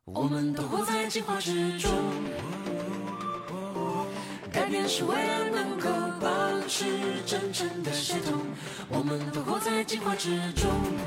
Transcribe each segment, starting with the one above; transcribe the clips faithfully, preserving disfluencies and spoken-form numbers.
我们都活在进化之中，改变是为了能够保持真正的协同。我们都活在进化之中，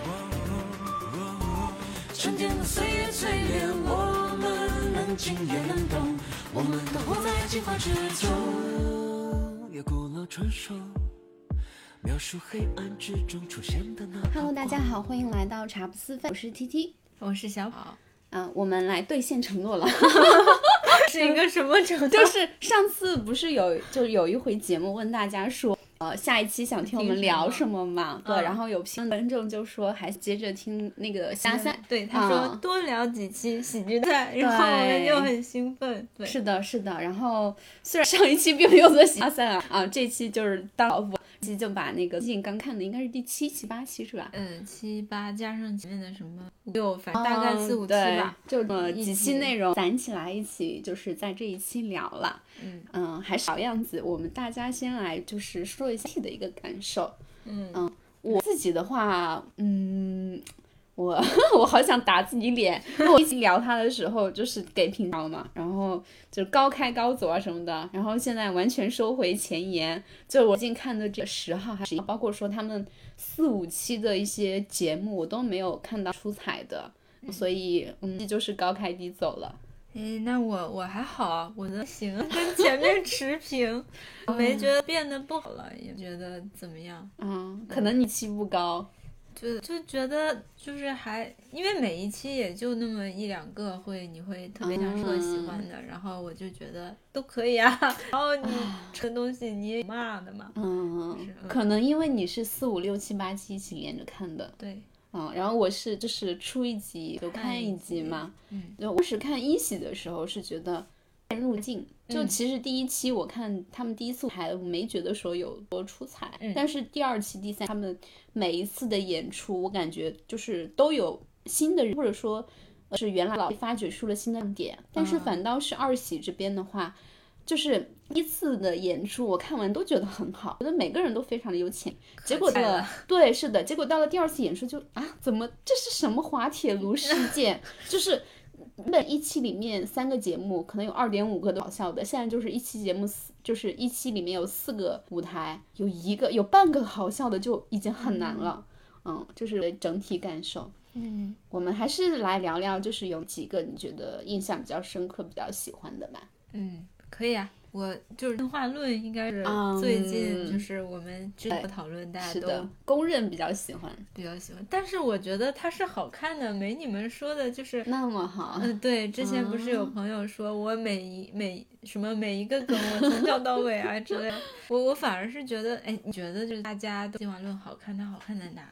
沉淀的岁月淬炼我们能静也能动。我们都活在进化之中，越古老传说描述黑暗之中出现的那。 Hello， 大家好，欢迎来到茶不思饭，我是 T T， 我是小宝。 嗯、呃，我们来兑现承诺了。 是一个什么承诺？ 就是上次不是有就有一回节目问大家说，呃，下一期想听我们聊什么嘛？对，嗯、然后有评论观众就说还接着听那个下赛， 对，他说、嗯、多聊几期喜剧赛，然后我们就很兴奋。对， 是的，是的。然后虽然上一期并没有做喜剧赛啊，啊，这期就是当老补。这期就把那个最近刚看的应该是第七期八期是吧？ 嗯，七八加上前面的什么六，反正大概四五期吧， 嗯、就呃几期内容攒起来一起，就是在这一期聊了。 嗯嗯，还是老样子，我们大家先来就是说一下自己的一个感受。 嗯嗯，我自己的话，嗯。我我好想打自己脸，因为我一起聊他的时候就是给评价嘛，然后就高开高走啊什么的，然后现在完全收回前言，就我最近看的这十号还是包括说他们四五期的一些节目我都没有看到出彩的，所以嗯这就是高开低走了。 诶，那我我还好，我的行跟前面持平，我没觉得变得不好了，也觉得怎么样。 嗯，可能你期不高。 就就觉得就是还因为每一期也就那么一两个会你会特别想说喜欢的、嗯、然后我就觉得都可以啊，然后你这东西你也骂的嘛。 嗯，可能因为你是四五六七八期一起连着看的。 对， 嗯，然后我是就是出一集就看一集嘛。 嗯， 就我是看一喜的时候是觉得入境，就其实第一期我看他们第一次排，我没觉得说有多出彩、嗯、但是第二期第三他们每一次的演出我感觉就是都有新的人，或者说是原来老发掘出了新的亮点、嗯、但是反倒是二喜这边的话，就是第一次的演出我看完都觉得很好，觉得每个人都非常的有潜力，结果的对是的，结果到了第二次演出就啊怎么这是什么滑铁卢事件就是本一期里面三个节目可能有 二点五 个都好笑的，现在就是一期节目就是一期里面有四个舞台有一个有半个好笑的就已经很难了。 嗯, 嗯就是整体感受。 嗯， 我们还是来聊聊就是有几个你觉得印象比较深刻比较喜欢的吧。 嗯，可以啊，我就是进化论应该是最近就是我们之前讨论大家都公认比较喜欢比较喜欢，但是我觉得它是好看的，没你们说的就是那么好。 嗯、呃，对，之前不是有朋友说我每一每什么每一个梗我从头到尾啊之类的，我我反而是觉得，哎，你觉得就是大家都进化论好看，它好看在哪？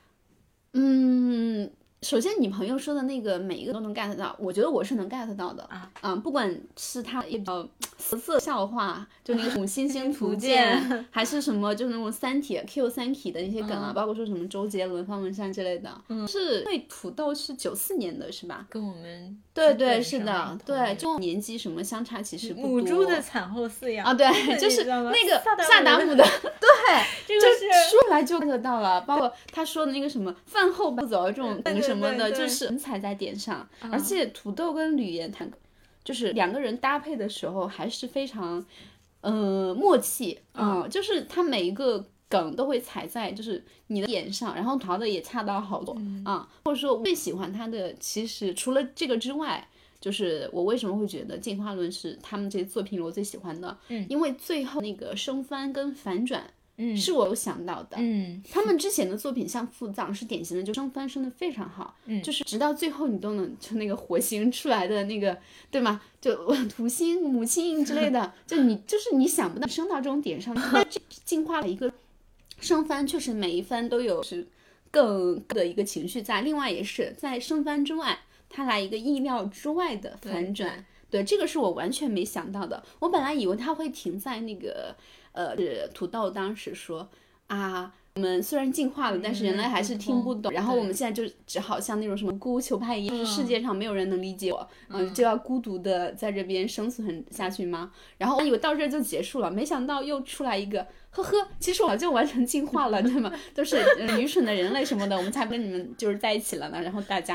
嗯。首先你朋友说的那个每一个都能 get 到，我觉得我是能 get 到的啊，嗯，不管是他也比较色色笑话，就那个什么星星图鉴还是什么就是那种三体 Q 三体的那些梗啊、嗯、包括说什么周杰伦方文山之类的，嗯，是因为土豆是九四年的是吧， 跟我们对对是的，对，就年纪什么相差其实不多， 母猪的产后饲养啊，对，就是那个萨达姆的对， 这个是说出来就 get 到了，包括他说的那个什么饭后不走这种梗什么的，就是很踩在点上， 嗯、 而且土豆跟吕岩谈就是两个人搭配的时候还是非常呃默契，嗯，嗯就是他每一个梗都会踩在就是你的点上，然后调的也恰到好处、嗯、啊，或者说我最喜欢他的其实除了这个之外，就是我为什么会觉得进化论是他们这些作品里我最喜欢的、 嗯、 因为最后那个升翻跟反转嗯， 是我有想到的。 嗯， 他们之前的作品像父葬是典型的就升翻升的非常好， 嗯， 就是直到最后你都能就那个火星出来的那个对吗，就土星母亲之类的就你就是你想不到升到这种点上，但这进化了一个升翻确实每一番都有是更的一个情绪在，另外也是在升翻之外它来一个意料之外的反转， 对, 对这个是我完全没想到的，我本来以为它会停在那个呃，土豆当时说啊，我们虽然进化了，但是人类还是听不懂，然后我们现在就只好像那种什么孤求派一样，就是世界上没有人能理解我，嗯、呃，就要孤独的在这边生存下去吗？然后我以为到这就结束了，没想到又出来一个，呵呵，其实我就完成进化了，对吗？都是、呃、愚蠢的人类什么的，我们才不跟你们就是在一起了呢。然后大家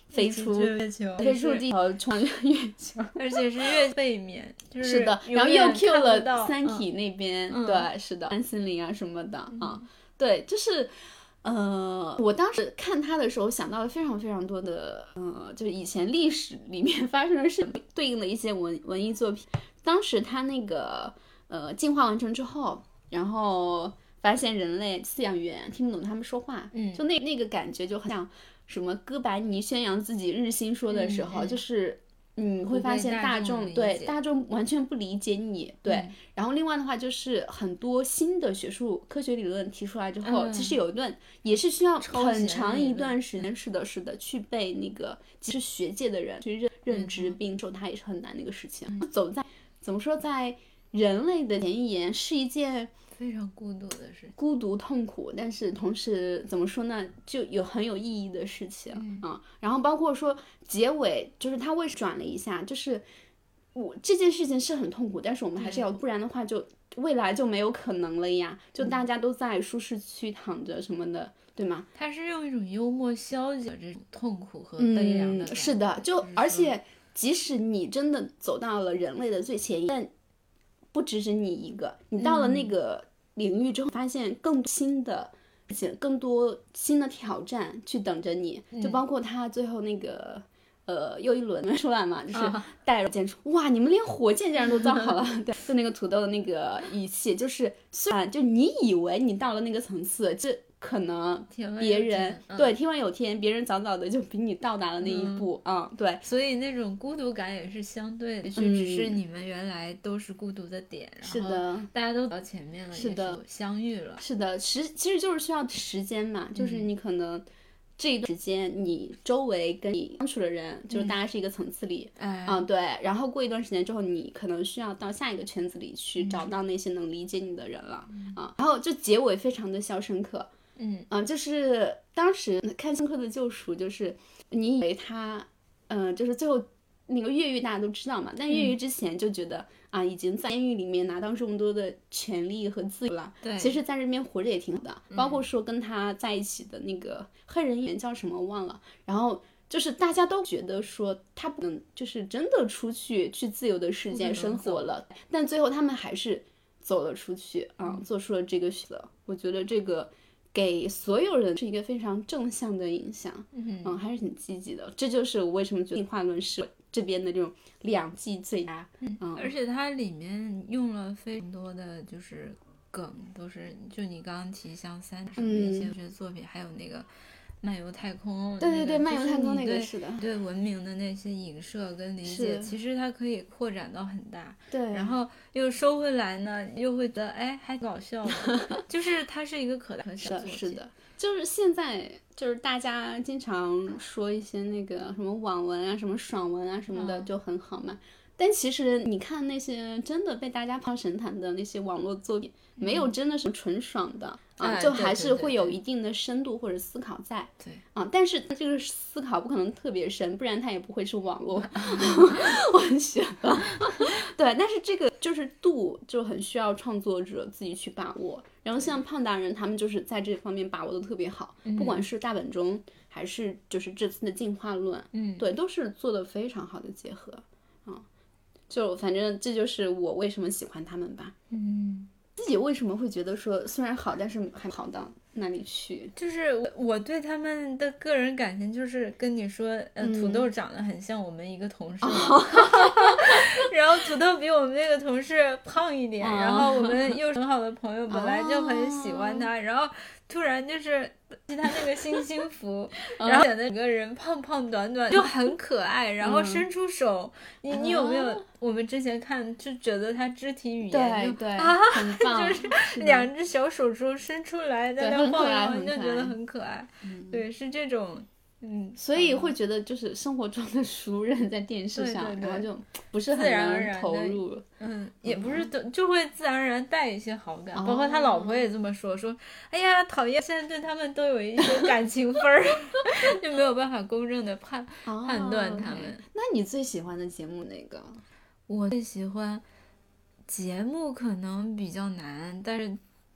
飞出月球， 飞出地球，穿越月球， 而且是月背面，就是是的，然后又 Q 了三体体那边， 嗯、 对，是的，安心灵啊什么的、 嗯、 啊，对，就是。呃，我当时看他的时候，想到了非常非常多的，呃，就是以前历史里面发生的事，对应的一些文文艺作品。当时他那个呃进化完成之后，然后发现人类饲养员听不懂他们说话， 嗯， 就那那个感觉就很像什么哥白尼宣扬自己日心说的时候， 嗯嗯、 就是你会发现大众对大众完全不理解你，对、 嗯。 然后另外的话就是很多新的学术科学理论提出来之后， 嗯、 其实有一段也是需要很长一段时间，是的，是的，去被那个其实学界的人去认认知并受它也是很难的一个事情。嗯、走在怎么说，在人类的前沿是一件非常孤独的事情， 孤独痛苦，但是同时怎么说呢，就有很有意义的事情、 嗯嗯、然后包括说结尾，就是他为转了一下，就是我这件事情是很痛苦，但是我们还是要，不然的话就未来就没有可能了呀，就大家都在舒适区躺着什么的、嗯、对吗？ 他是用一种幽默消解这种痛苦和悲凉的、 嗯、是的，就而且即使你真的走到了人类的最前沿，但不只是你一个，你到了那个领域之后，发现更新的而且更多新的挑战去等着你，就包括他最后那个呃又一轮出来嘛，就是带着箭出，哇，你们连火箭竟然都造好了，对，就那个土豆的那个语气，就是虽然就你以为你到了那个层次，这可能别人、 嗯、 对天外有天，别人早早的就比你到达了那一步啊、嗯嗯，对， 所以那种孤独感也是相对的，就只是你们原来都是孤独的点， 是的， 大家都到前面了， 是的， 相遇了， 是的，时其实就是需要时间嘛，就是你可能这一段时间你周围跟你相处的人，就是大家是一个层次里， 嗯， 嗯对，然后过一段时间之后，你可能需要到下一个圈子里去找到那些能理解你的人了， 嗯、 啊，然后就结尾非常的肖申克。 嗯啊，就是当时看《肖申克的救赎》，就是你以为他，嗯、呃，就是最后那个越狱大家都知道嘛，但越狱之前就觉得、嗯、啊，已经在监狱里面拿到这么多的权利和自由了， 对， 其实在这边活着也挺好的，包括说跟他在一起的那个黑人演员叫什么忘了，然后就是大家都觉得说他不能就是真的出去去自由的世界生活了，但最后他们还是走了出去啊、嗯，做出了这个选择，我觉得这个。给所有人是一个非常正向的影响， 嗯嗯，还是挺积极的。这就是我为什么觉得进化论是这边的这种两季最佳。 嗯， 嗯而且它里面用了非常多的就是梗，都是就你刚刚提像三什么一些些作品，嗯、还有那个漫游太空， 对对对， 那个、 漫游太空那个是的， 对文明的那些影射跟理解，其实它可以扩展到很大。 对， 然后又收回来呢，又会觉得哎还搞笑的，就是它是一个可大可小的作品。 是的，就是现在就是大家经常说一些那个什么网文啊、什么爽文啊什么的、嗯、就很好嘛。但其实你看那些真的被大家放神坛的那些网络作品，嗯、没有真的是纯爽的。啊、 嗯， 就还是会有一定的深度或者思考在， 对啊，但是这个思考不可能特别深，不然它也不会是网络文学了。对，但是这个就是度就很需要创作者自己去把握。然后像胖达人他们就是在这方面把握的特别好， 嗯、 不管是大本钟还是就是这次的进化论， 嗯， 对，都是做的非常好的结合。啊，就反正这就是我为什么喜欢他们吧。 嗯。 自己为什么会觉得说虽然好，但是还好到那里去？ 就是我对他们的个人感情，就是跟你说，呃，土豆长得很像我们一个同事嘛，嗯、然后土豆比我们那个同事胖一点， 哦、 然后我们又是很好的朋友，本来就很喜欢他， 哦、 然后突然就是他那个星星服，然后显得整个人胖胖短短就很可爱，然后伸出手，嗯、你你有没有？我们之前看就觉得他肢体语言对对啊， 很棒， 就是两只小手手伸出来在那晃悠，就觉得很可爱。 嗯、 对，是这种，嗯， 所以会觉得就是生活中的熟人在电视上， 对对对， 然后就不是很能投入， 嗯，也不是就会自然而然带一些好感，哦、包括他老婆也这么说，说，哎呀，讨厌，现在对他们都有一些感情分儿，就没有办法公正的判、哦、判断他们。 那你最喜欢的节目哪个？ 我最喜欢节目可能比较难，但是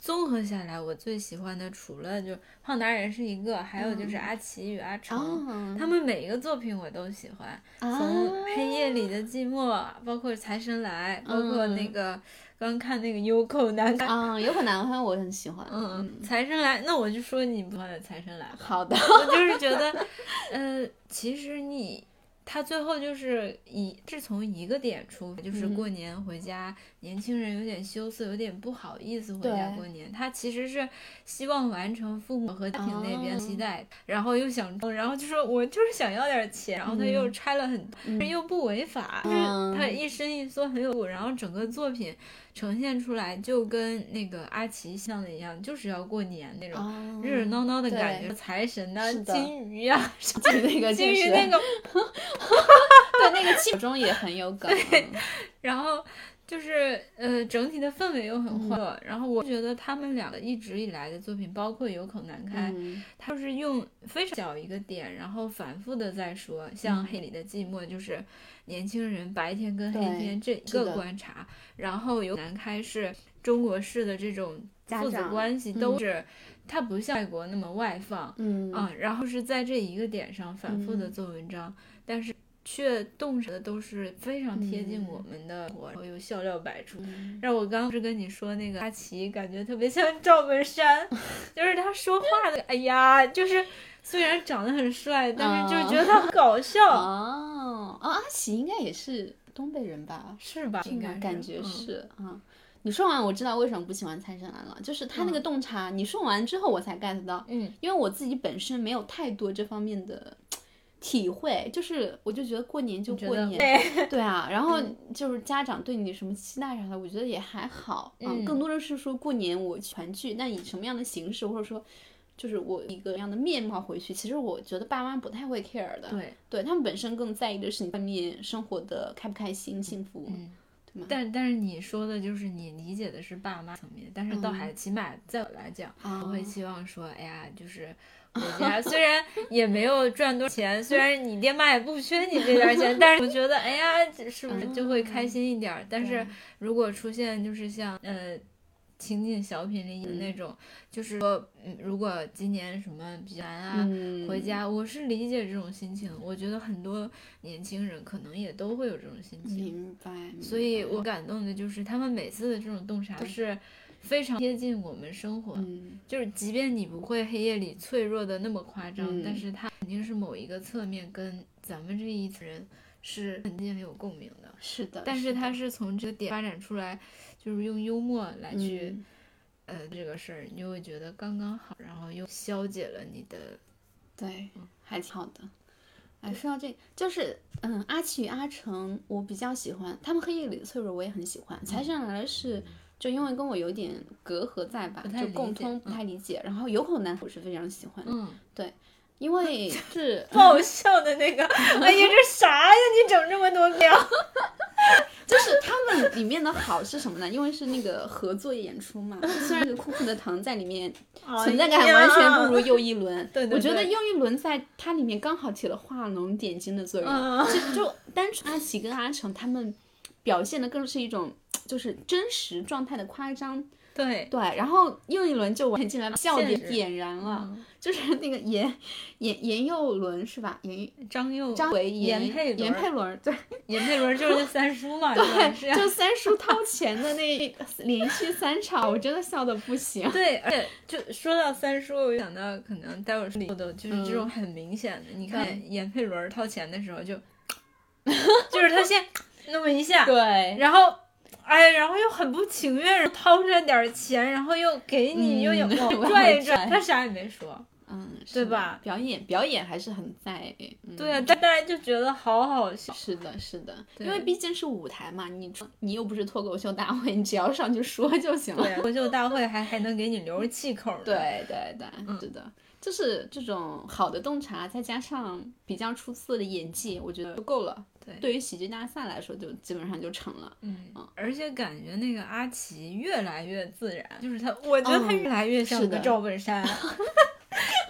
综合下来，我最喜欢的除了就胖达人是一个，还有就是阿奇与阿成， 哦、 他们每一个作品我都喜欢， 啊、 从黑夜里的寂寞，包括财神来，包括那个。刚看那个优口难开啊，优口难开我很喜欢。 嗯，财神来，那我就说你不喜欢的财神来吧。 好的， 我就是觉得，呃，其实你他最后就是以是从一个点出发，就是过年回家，嗯、年轻人有点羞涩，有点不好意思回家过年。他其实是希望完成父母和家庭那边期待，哦、然后又想，然后就说我就是想要点钱，然后他又拆了很多，嗯、又不违法，就、嗯、是他一伸一缩很有，然后整个作品。呈现出来就跟那个阿奇像的一样，就是要过年那种热热闹闹的感觉，财神呐、金鱼呀、啊， 那个金鱼那个， 对，那个气中也很有梗。 然后就是呃，整体的氛围又很欢乐。嗯、然后我觉得他们两个一直以来的作品，包括有口难开，嗯、他就是用非常小一个点，然后反复的在说，像黑里的寂寞就是。年轻人白天跟黑天这一个观察，然后有难开是中国式的这种父子关系都是、嗯、它不像外国那么外放， 嗯啊，然后是在这一个点上反复的做文章，嗯、但是却动手的都是非常贴近我们的活，然后又笑料百出。 嗯、 让我刚刚是跟你说那个阿奇，感觉特别像赵本山，就是他说话的，哎呀，就是虽然长得很帅，但是就是觉得他很搞笑。 哦，哦，阿奇应该也是东北人吧？ 是吧？应该感觉是啊、嗯。你说完我知道为什么不喜欢财神来了，就是他那个洞察，嗯、你说完之后我才 get 到， 嗯， 因为我自己本身没有太多这方面的体会，就是我就觉得过年就过年， 对, 对啊，然后就是家长对你什么期待啥的，我觉得也还好， 嗯， 嗯更多的是说过年我团聚，那以什么样的形式，或者说。就是我一个样的面貌回去，其实我觉得爸妈不太会 care 的， 对， 对他们本身更在意的是你外面生活的开不开心、幸福， 嗯， 对吗？ 但但是你说的就是你理解的是爸妈层面，但是到孩子起码在我来讲， 嗯、 我会期望说，哎呀，就是我家虽然也没有赚多少钱，虽然你爹妈也不缺你这点钱，但是我觉得，哎呀，是不是就会开心一点？嗯、但是如果出现就是像呃。情景小品里的那种，嗯、就是说，嗯，如果今年什么比较难啊， 嗯、 回家，我是理解这种心情。我觉得很多年轻人可能也都会有这种心情。 明白。明白所以我感动的就是他们每次的这种洞察是非常贴近我们生活。 嗯、 就是即便你不会黑夜里脆弱的那么夸张， 嗯、 但是它肯定是某一个侧面跟咱们这一群人是肯定很有共鸣的。 是的。 但是它是从这个点发展出来。就是用幽默来去， 嗯、 呃，这个事儿，你就会觉得刚刚好，然后又消解了你的， 对，嗯、还挺好的。哎，说到这，就是嗯，阿奇与阿成，我比较喜欢，他们黑夜里的脆弱我也很喜欢。 嗯、 财神来了是，就因为跟我有点隔阂在吧，就共通不太理解。嗯、然后有口难我是非常喜欢的， 嗯， 对。因为是不好笑的那个，哎呀，这啥呀？你整这么多个呀？ 就是他们里面的好是什么呢？因为是那个合作演出嘛，虽然酷酷的糖在里面存在感完全不如又一轮， 对对对， 我觉得又一轮在它里面刚好起了画龙点睛的作用。 嗯、 其实就单纯阿奇跟阿成他们表现的更是一种就是真实状态的夸张。 对对，然后又一轮就完全进来把笑点点燃了， 嗯、 就是那个严严严幼伦是吧？严张幼张维严佩严佩伦，对， 严佩伦就是三叔嘛， 对，就三叔掏钱的那连续三场，我真的笑的不行。 对，而且就说到三叔，我想到可能待会儿里的就是这种很明显的，嗯、你看严佩伦掏钱的时候就，就是他先那么一下， 对， 然后。哎，然后又很不情愿掏出来点钱，然后又给你，嗯、又有拽一拽，他啥也没说， 嗯， 对吧？ 表演表演还是很在，嗯、 对啊，但大家就觉得好好笑。 是的，是的，因为毕竟是舞台嘛，你你又不是脱口秀大会，你只要上去说就行了。 对、啊，脱口秀大会还还能给你留着气口。 对对对， 嗯、 是的。就是这种好的洞察，再加上比较出色的演技，我觉得就够了。 对， 对于喜剧大赛来说，就基本上就成了。 嗯，嗯而且感觉那个阿奇越来越自然，就是他，我觉得他越来越像个赵本山。 嗯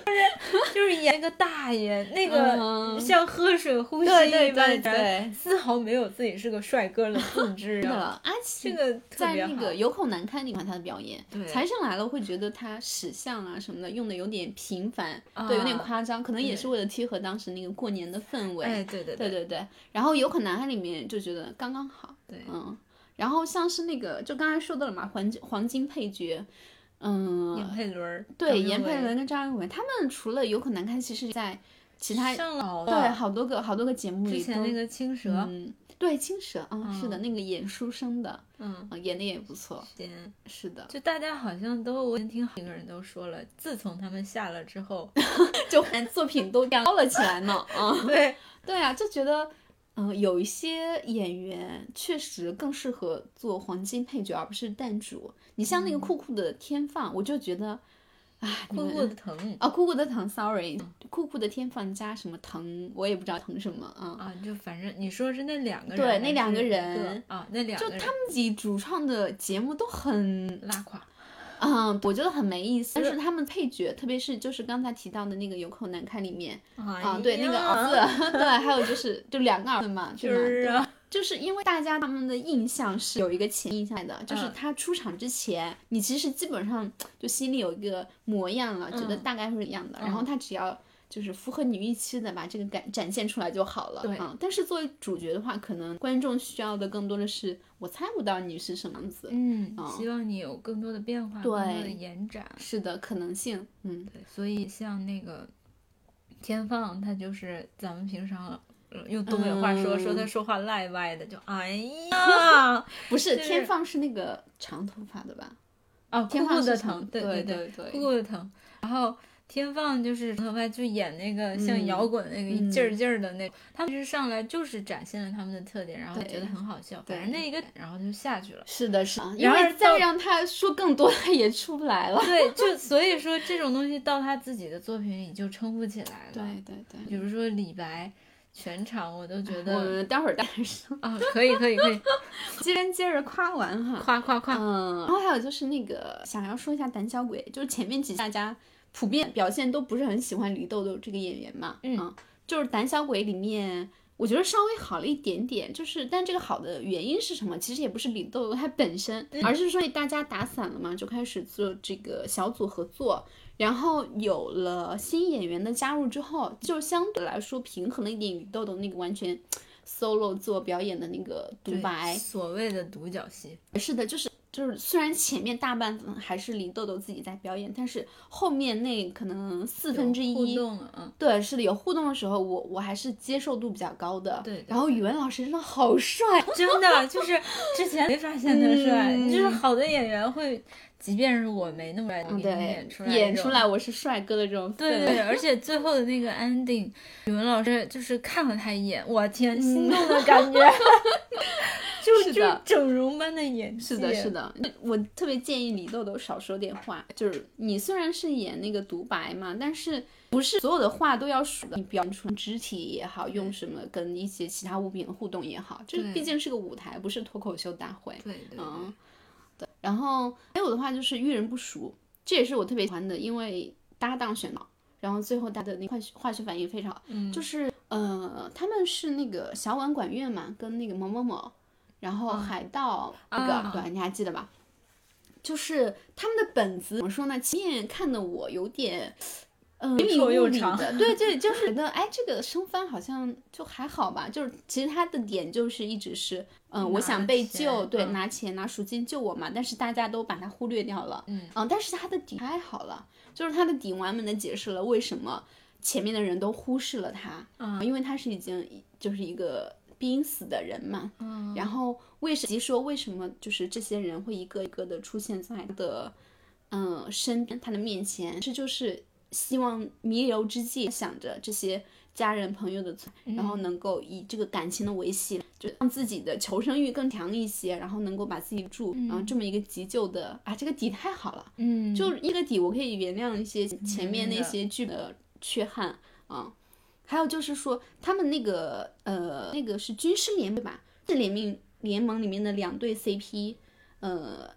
就是就是演那个大爷，那个嗯像喝水呼吸对对一般对对丝毫没有自己是个帅哥的自知。 是的，而且这个特别好在那个有口难开里面他的表演， 对财神来了会觉得他史相啊什么的用的有点频繁， 啊对，有点夸张，可能也是对为了贴合当时那个过年的氛围。 哎，对对对对对，然后有口难开里面就觉得刚刚好。 对嗯，然后像是那个就刚才说到了嘛，黄金黄金配角。嗯， 闫佩伦， 对， 严闫佩伦跟张佑维，他们除了有口难开，其实在其他上了对好多个好多个节目里都之前那个青蛇， 嗯，对青蛇啊、嗯，是的，那个演书生的， 嗯， 呃演的也不错， 先是的， 就大家好像都，我听好几个人都说了，自从他们下了之后， 就作品都高了起来呢，啊、嗯， 对对啊，就觉得。嗯、呃，有一些演员确实更适合做黄金配角，而不是弹主。你像那个酷酷的天放，我就觉得，哎， 酷酷的疼啊，酷酷的疼 ，sorry，、嗯、酷酷的天放加什么疼，我也不知道疼什么啊。 啊，就反正你说是那两个人， 对，那两个人啊，那两个人就他们自己主创的节目都很拉垮。 嗯，我觉得很没意思。但是他们配角，特别是就是刚才提到的那个有口难开里面，啊、 哎， 对那个儿子，对，还有就是就两个儿子嘛， 就是啊，就是因为大家他们的印象是有一个潜印象的，就是嗯他出场之前，你其实基本上就心里有一个模样了， 嗯、 觉得大概是一样的， 嗯、 然后他只要。就是符合你预期的，把这个感展现出来就好了。 对， 嗯，但是作为主角的话，可能观众需要的更多的是，我猜不到你是什么样子。 嗯， 嗯希望你有更多的变化， 对， 更多的延展。 是的，可能性。嗯， 对，所以像那个天放，他就是咱们平常。用东北话说、嗯、说他说话赖歪的，就哎呀， 不是、 就是、 天放是那个长头发的吧？ 哦， 天放的疼，对对对对， 酷酷的疼，然后。天放就是头发就演那个像摇滚那个一劲儿劲儿的那，嗯、他们其实上来就是展现了他们的特点，然后觉得很好笑，反正那一个然后就下去了。 是的，是的，因为再让他说更多，他也出不来了。 对，就所以说这种东西到他自己的作品里就撑不起来了。 对对对， 比如说李白。全场我都觉得， 我们待会儿再说啊，可以可以可以， 接着接着夸完哈， 夸夸夸， 嗯，然后还有就是那个想要说一下胆小鬼，就是前面几集大家普遍表现都不是很喜欢李豆豆这个演员嘛， 嗯， 嗯就是胆小鬼里面。我觉得稍微好了一点点，就是但这个好的原因是什么？其实也不是李豆豆他本身， 嗯、 而是说大家打散了嘛，就开始做这个小组合作，然后有了新演员的加入之后，就相对来说平衡了一点李豆豆那个完全 solo 做表演的那个独白， 所谓的独角戏。 是的，就是就是虽然前面大半分还是李豆豆自己在表演，但是后面那可能四分之一互动了，嗯， 对，是的，有互动的时候，我我还是接受度比较高的。 对，对然后语文老师真的好帅， 真的就是之前没发现他帅， 嗯、 就是好的演员会。即便是我没那么帅， 嗯、对， 演出来演出来我是帅哥的这种， 对对，而且最后的那个 ending， 语文老师就是看了他一眼，我天，心动的感觉，嗯、就就整容般的演技， 是的，是的，我特别建议李豆豆少说点话，就是你虽然是演那个独白嘛，但是不是所有的话都要数的，你表现出肢体也好，用什么跟一些其他物品的互动也好，这毕竟是个舞台，不是脱口秀大会， 对对对。 嗯对，然后还有的话就是遇人不熟，这也是我特别喜欢的，因为搭档选到，然后最后大家的那化学化学反应非常好， 嗯， 就是呃他们是那个小碗管乐嘛，跟那个某某某，然后海盗、嗯、那个、啊、对，你还记得吧？就是他们的本子怎么说呢？前面看的我有点。嗯， 又臭又长的，对对，就是觉得哎，这个生番好像就还好吧，就是其实他的点就是一直是，嗯，我想被救，对， 嗯、 拿钱拿赎金救我嘛，但是大家都把它忽略掉了， 嗯嗯，但是他的底太好了，就是他的底完美的解释了为什么前面的人都忽视了他， 嗯， 因为他是已经就是一个濒死的人嘛， 嗯， 然后为什么说为什么就是这些人会一个一个的出现在他的嗯身边，他的面前，这就是。希望弥留之际想着这些家人朋友的存在，然后能够以这个感情的维系，就让自己的求生欲更强一些，然后能够把自己住， 嗯、 然后这么一个急救的啊，这个底太好了， 嗯， 就一个底我可以原谅一些前面那些剧的缺憾啊、嗯，还有就是说他们那个呃那个是军师联盟吧，是联盟联盟里面的两对 C P， 呃。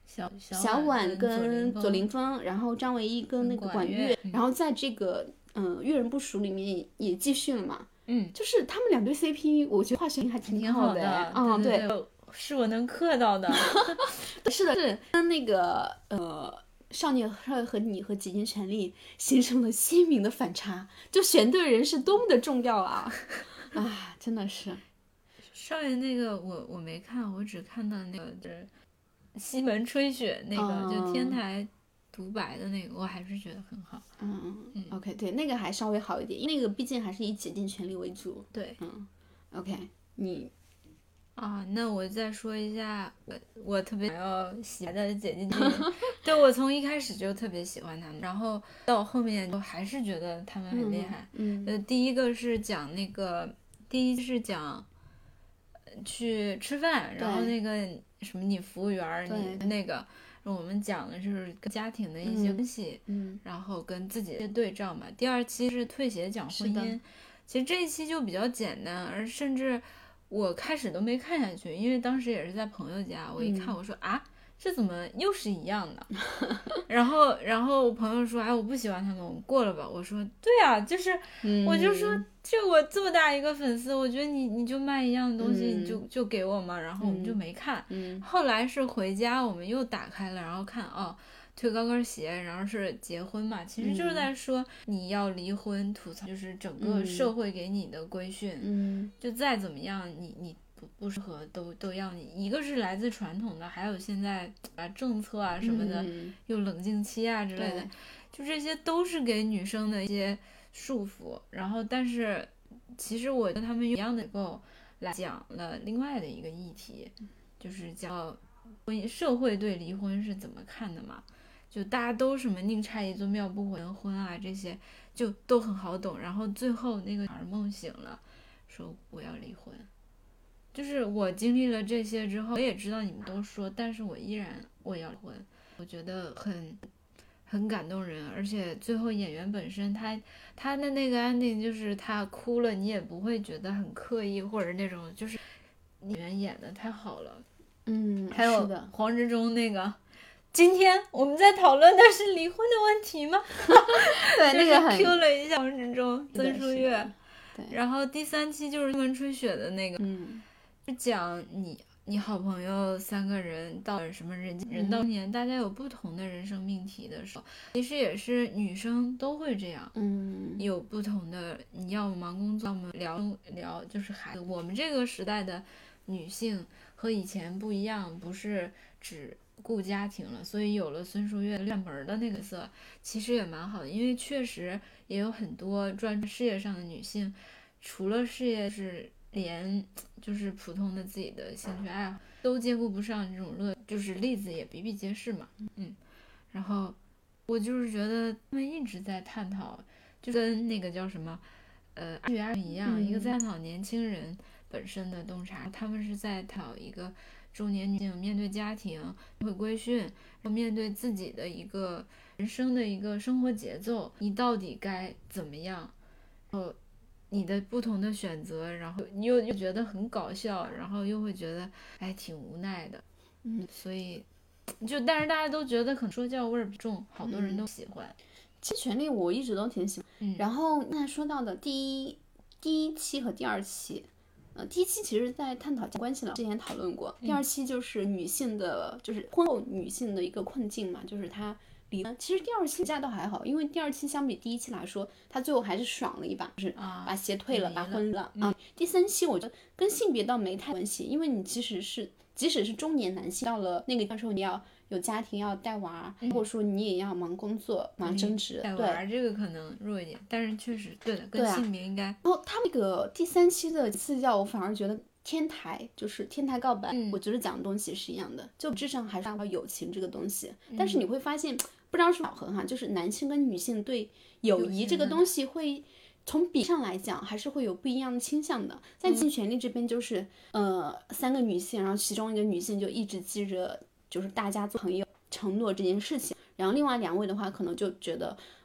小小婉跟左林凌峰，然后张唯一跟那个管乐， 嗯、 然后在这个嗯《阅人不淑》里面也继续了嘛。 嗯， 就是他们两对 C P， 我觉得化学还挺好的。啊、 嗯， 对, 对, 对，是我能嗑到的。 是的，是跟那个呃。少年帅和你和几经权力形成了鲜明的反差，就选对人是多么的重要啊！啊，真的是。 少爷那个我我没看，我只看到那个就是西门吹雪那个、嗯、就天台独白的那个，我还是觉得很好。 嗯嗯 ，OK， 对，那个还稍微好一点，因为那个毕竟还是以解禁权利为主。 对， 嗯 ，OK， 你。 啊，那我再说一下我我特别想要喜欢的姐姐弟，对，我从一开始就特别喜欢他们，然后到后面就还是觉得他们很厉害。 嗯， 呃，第一个是讲那个，第一是讲去吃饭，然后那个什么你服务员，你那个我们讲的就是跟家庭的一些关系， 嗯， 然后跟自己的对照嘛。第二期是退学讲婚姻，其实这一期就比较简单，而甚至。我开始都没看下去，因为当时也是在朋友家，我一看我说、嗯、啊，这怎么又是一样的？然后，然后我朋友说，哎，我不喜欢他们，我们过了吧。我说，对啊，就是， 嗯、 我就说，就我这么大一个粉丝，我觉得你你就卖一样的东西， 嗯、 你就就给我嘛。然后我们就没看。 嗯、 后来是回家，我们又打开了，然后看哦。推高跟鞋，然后是结婚嘛，其实就是在说你要离婚，吐槽就是整个社会给你的规训， 嗯， 就再怎么样，你你不不适合都都要你，一个是来自传统的，还有现在啊政策啊什么的， 嗯、 有冷静期啊之类的，就这些都是给女生的一些束缚。然后，但是其实我跟他们用一样的构来讲了另外的一个议题，就是叫社会对离婚是怎么看的嘛。就大家都什么宁拆一座庙不回婚啊，这些就都很好懂。然后最后那个小孩梦醒了，说我要离婚。就是我经历了这些之后，我也知道你们都说，但是我依然我要离婚。我觉得很很感动人，而且最后演员本身他他的那个 ending 就是他哭了，你也不会觉得很刻意，或者那种就是演员演的太好了。 嗯， 还有黄执中那个。今天我们在讨论的是离婚的问题吗？ 对，那个很 Q 了一下黄执中、孙书月。 对。 然后第三期就是西门吹雪的那个， 嗯， 是讲你你好朋友三个人到什么人人到年，大家有不同的人生命题的时候，其实也是女生都会这样。 嗯， 有不同的，你要么忙工作，要么聊聊就是孩子。我们这个时代的女性和以前不一样，不是只。顾家庭了，所以有了孙书月亮门的那个色，其实也蛮好的，因为确实也有很多专注事业上的女性，除了事业是连就是普通的自己的兴趣爱好都兼顾不上，这种乐就是例子也比比皆是嘛。嗯，然后我就是觉得他们一直在探讨，就跟那个叫什么呃爱与爱一样、嗯，一个在探讨年轻人本身的洞察，他们是在讨一个。中年女性面对家庭会规训，然后面对自己的一个人生的一个生活节奏，你到底该怎么样？然后你的不同的选择，然后你又又觉得很搞笑，然后又会觉得哎挺无奈的。 嗯， 所以就但是大家都觉得可能说教味儿重，好多人都喜欢。 嗯、其实权力我一直都挺喜欢。 嗯、 然后刚才说到的第一第一期和第二期。呃，第一期其实在探讨关系了，之前讨论过。第二期就是女性的，就是婚后女性的一个困境嘛，就是她离婚。其实第二期价倒还好，因为第二期相比第一期来说，她最后还是爽了一把，就是把鞋退了， 啊、 把婚了、 嗯、 啊。第三期我觉得跟性别倒没太关系，因为你其实是即使是中年男性到了那个时候，你要有家庭要带娃， 嗯、 或者说你也要忙工作、忙争执。 带娃这个可能弱一点，但是确实对的，跟性别应该。 然后他那个第三期的次教，我反而觉得。天台就是天台告白、嗯、我觉得讲的东西是一样的，就至少还是讲到友情这个东西、嗯、但是你会发现不知道是巧合哈，就是男性跟女性对友谊这个东西会从比上来讲还是会有不一样的倾向的。在尽权力这边就是、嗯、呃三个女性，然后其中一个女性就一直记着就是大家做朋友承诺这件事情，然后另外两位的话可能就觉得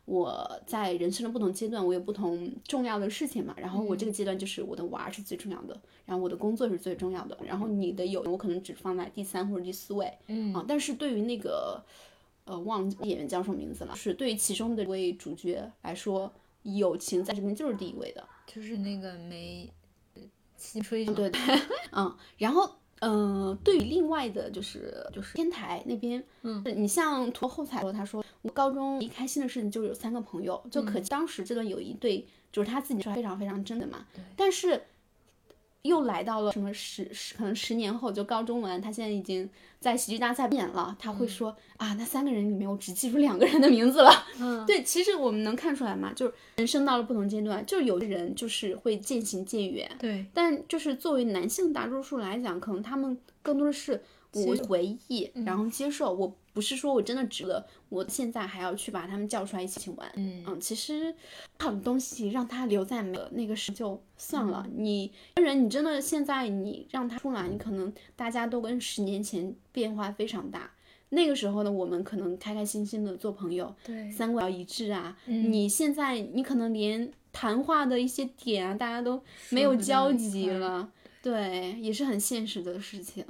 我在人生的不同阶段，我有不同重要的事情嘛。然后我这个阶段就是我的娃是最重要的，然后我的工作是最重要的，然后你的友我可能只放在第三或者第四位。嗯啊，但是对于那个呃忘记演员叫什么名字了，是对于其中的一位主角来说，友情在这边就是第一位的， 就是那个梅西吹对对，嗯，然后。嗯、呃，对于另外的就是就是天台那边，嗯，你像图后台说，他说我高中一开心的事情就是有三个朋友，就可见当时这段友谊对，就是他自己说非常非常真的嘛。但是又来到了什么十十可能十年后，就高中完，他现在已经在喜剧大赛演了，他会说、嗯、啊，那三个人里面我只记住两个人的名字了。嗯，对，其实我们能看出来嘛，就是人生到了不同阶段，就有的人就是会渐行渐远。 对， 但就是作为男性大多数来讲，可能他们更多的是我回忆，然后接受。我不是说我真的值得，我现在还要去把他们叫出来一起玩。嗯嗯，其实好的东西让他留在那个时就算了。嗯、你人，你真的现在你让他出来，你可能大家都跟十年前变化非常大。那个时候呢，我们可能开开心心的做朋友， 对， 三观一致啊。嗯、你现在你可能连谈话的一些点啊，大家都没有交集了。对，也是很现实的事情。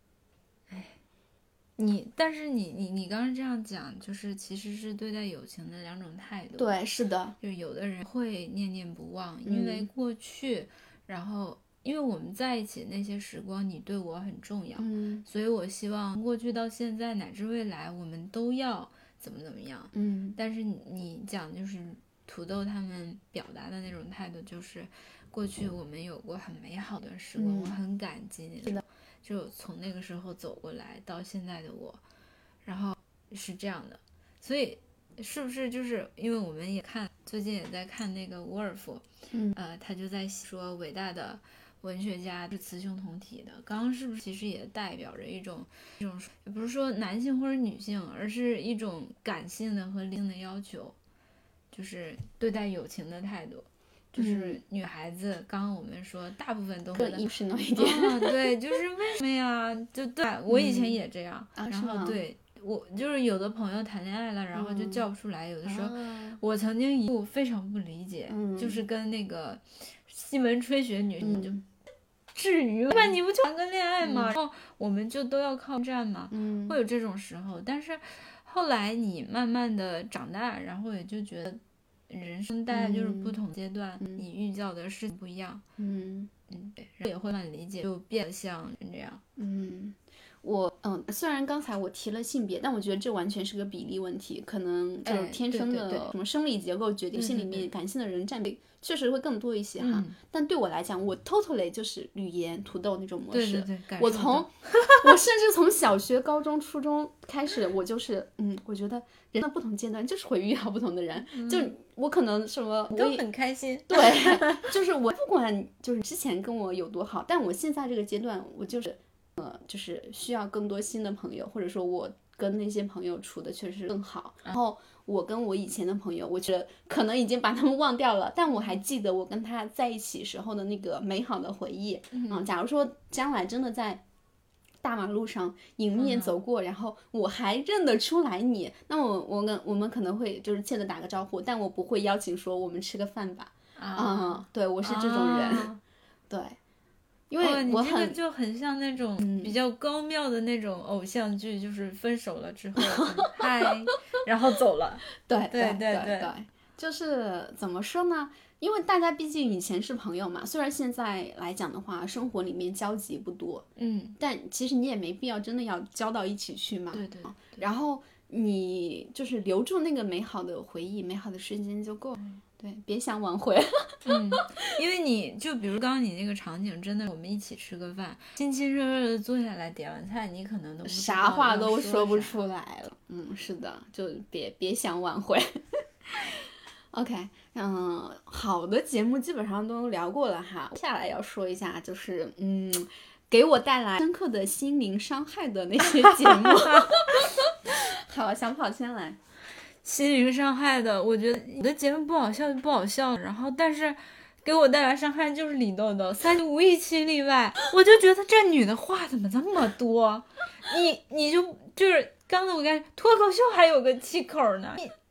你，但是你你你刚刚这样讲，就是其实是对待友情的两种态度。 对，是的， 就是有的人会念念不忘，因为过去，嗯、然后因为我们在一起那些时光，你对我很重要， 嗯， 所以我希望过去到现在乃至未来，我们都要怎么怎么样。 嗯， 但是你讲就是土豆他们表达的那种态度，就是过去我们有过很美好的时光， 嗯、 我很感激那种。 是的。 就从那个时候走过来到现在的我，然后是这样的，所以是不是就是因为我们也看最近也在看那个沃尔夫， 嗯， 呃，他就在说伟大的文学家是雌雄同体的，刚刚是不是其实也代表着一种一种也不是说男性或者女性，而是一种感性的和理性的要求，就是对待友情的态度。就是女孩子，嗯、刚刚我们说大部分都会意识浓一点， 哦，对，就是为什么呀？就对我以前也这样， 嗯、 然后对我就是有的朋友谈恋爱了，然后就叫不出来，嗯、有的时候、啊、我曾经一度非常不理解， 嗯、 就是跟那个西门吹雪女， 嗯、 就至于吧？你不就谈个恋爱吗？嗯、然后我们就都要靠战嘛， 嗯， 会有这种时候，但是后来你慢慢的长大，然后也就觉得。人生大概就是不同阶段， 嗯、 你遇到的事情不一样， 嗯嗯，对，然后也会慢慢理解，就变得像这样， 嗯，我嗯，虽然刚才我提了性别，但我觉得这完全是个比例问题，可能就是天生的什么生理结构决定性里面感性的人占比确实会更多一些哈。 嗯、 但对我来讲，我 totally 就是语言土豆那种模式， 对对对， 我从我甚至从小学、高中、初中开始，我就是嗯，我觉得人的不同阶段就是会遇到不同的人， 嗯、 就我可能什么我都很开心， 对，就是我不管就是之前跟我有多好，但我现在这个阶段，我就是呃，就是需要更多新的朋友，或者说我跟那些朋友处的确实更好。然后我跟我以前的朋友，我觉得可能已经把他们忘掉了，但我还记得我跟他在一起时候的那个美好的回忆。嗯、呃，假如说将来真的在大马路上迎面走过，嗯、然后我还认得出来你，那我我跟我们可能会就是欠着打个招呼，但我不会邀请说我们吃个饭吧。啊、嗯，对，我是这种人，啊、对。因为我很、 哦、你这个就很像那种比较高妙的那种偶像剧，嗯、就是分手了之后嗨，然后走了。 对对对对 对, 对，就是怎么说呢？因为大家毕竟以前是朋友嘛，虽然现在来讲的话，生活里面交集不多， 嗯， 但其实你也没必要真的要交到一起去嘛。 对 对, 对。 然后你就是留住那个美好的回忆、美好的瞬间就够了。嗯对，别想挽回。 嗯，因为你就比如刚刚你那个场景，真的我们一起吃个饭，亲亲热热的坐下来点完菜，你可能都不知道啥话都说不出来了。嗯，是的，就别别想挽回。OK， 嗯，好的节目基本上都聊过了哈，接下来要说一下就是嗯，给我带来深刻的心灵伤害的那些节目。好，小跑先来。 心灵伤害的，我觉得你的节目不好笑就不好笑，然后但是给我带来伤害就是李豆豆，三无一期例外。我就觉得这女的话怎么这么多？你你就就是刚才我看脱口秀还有个气口呢，你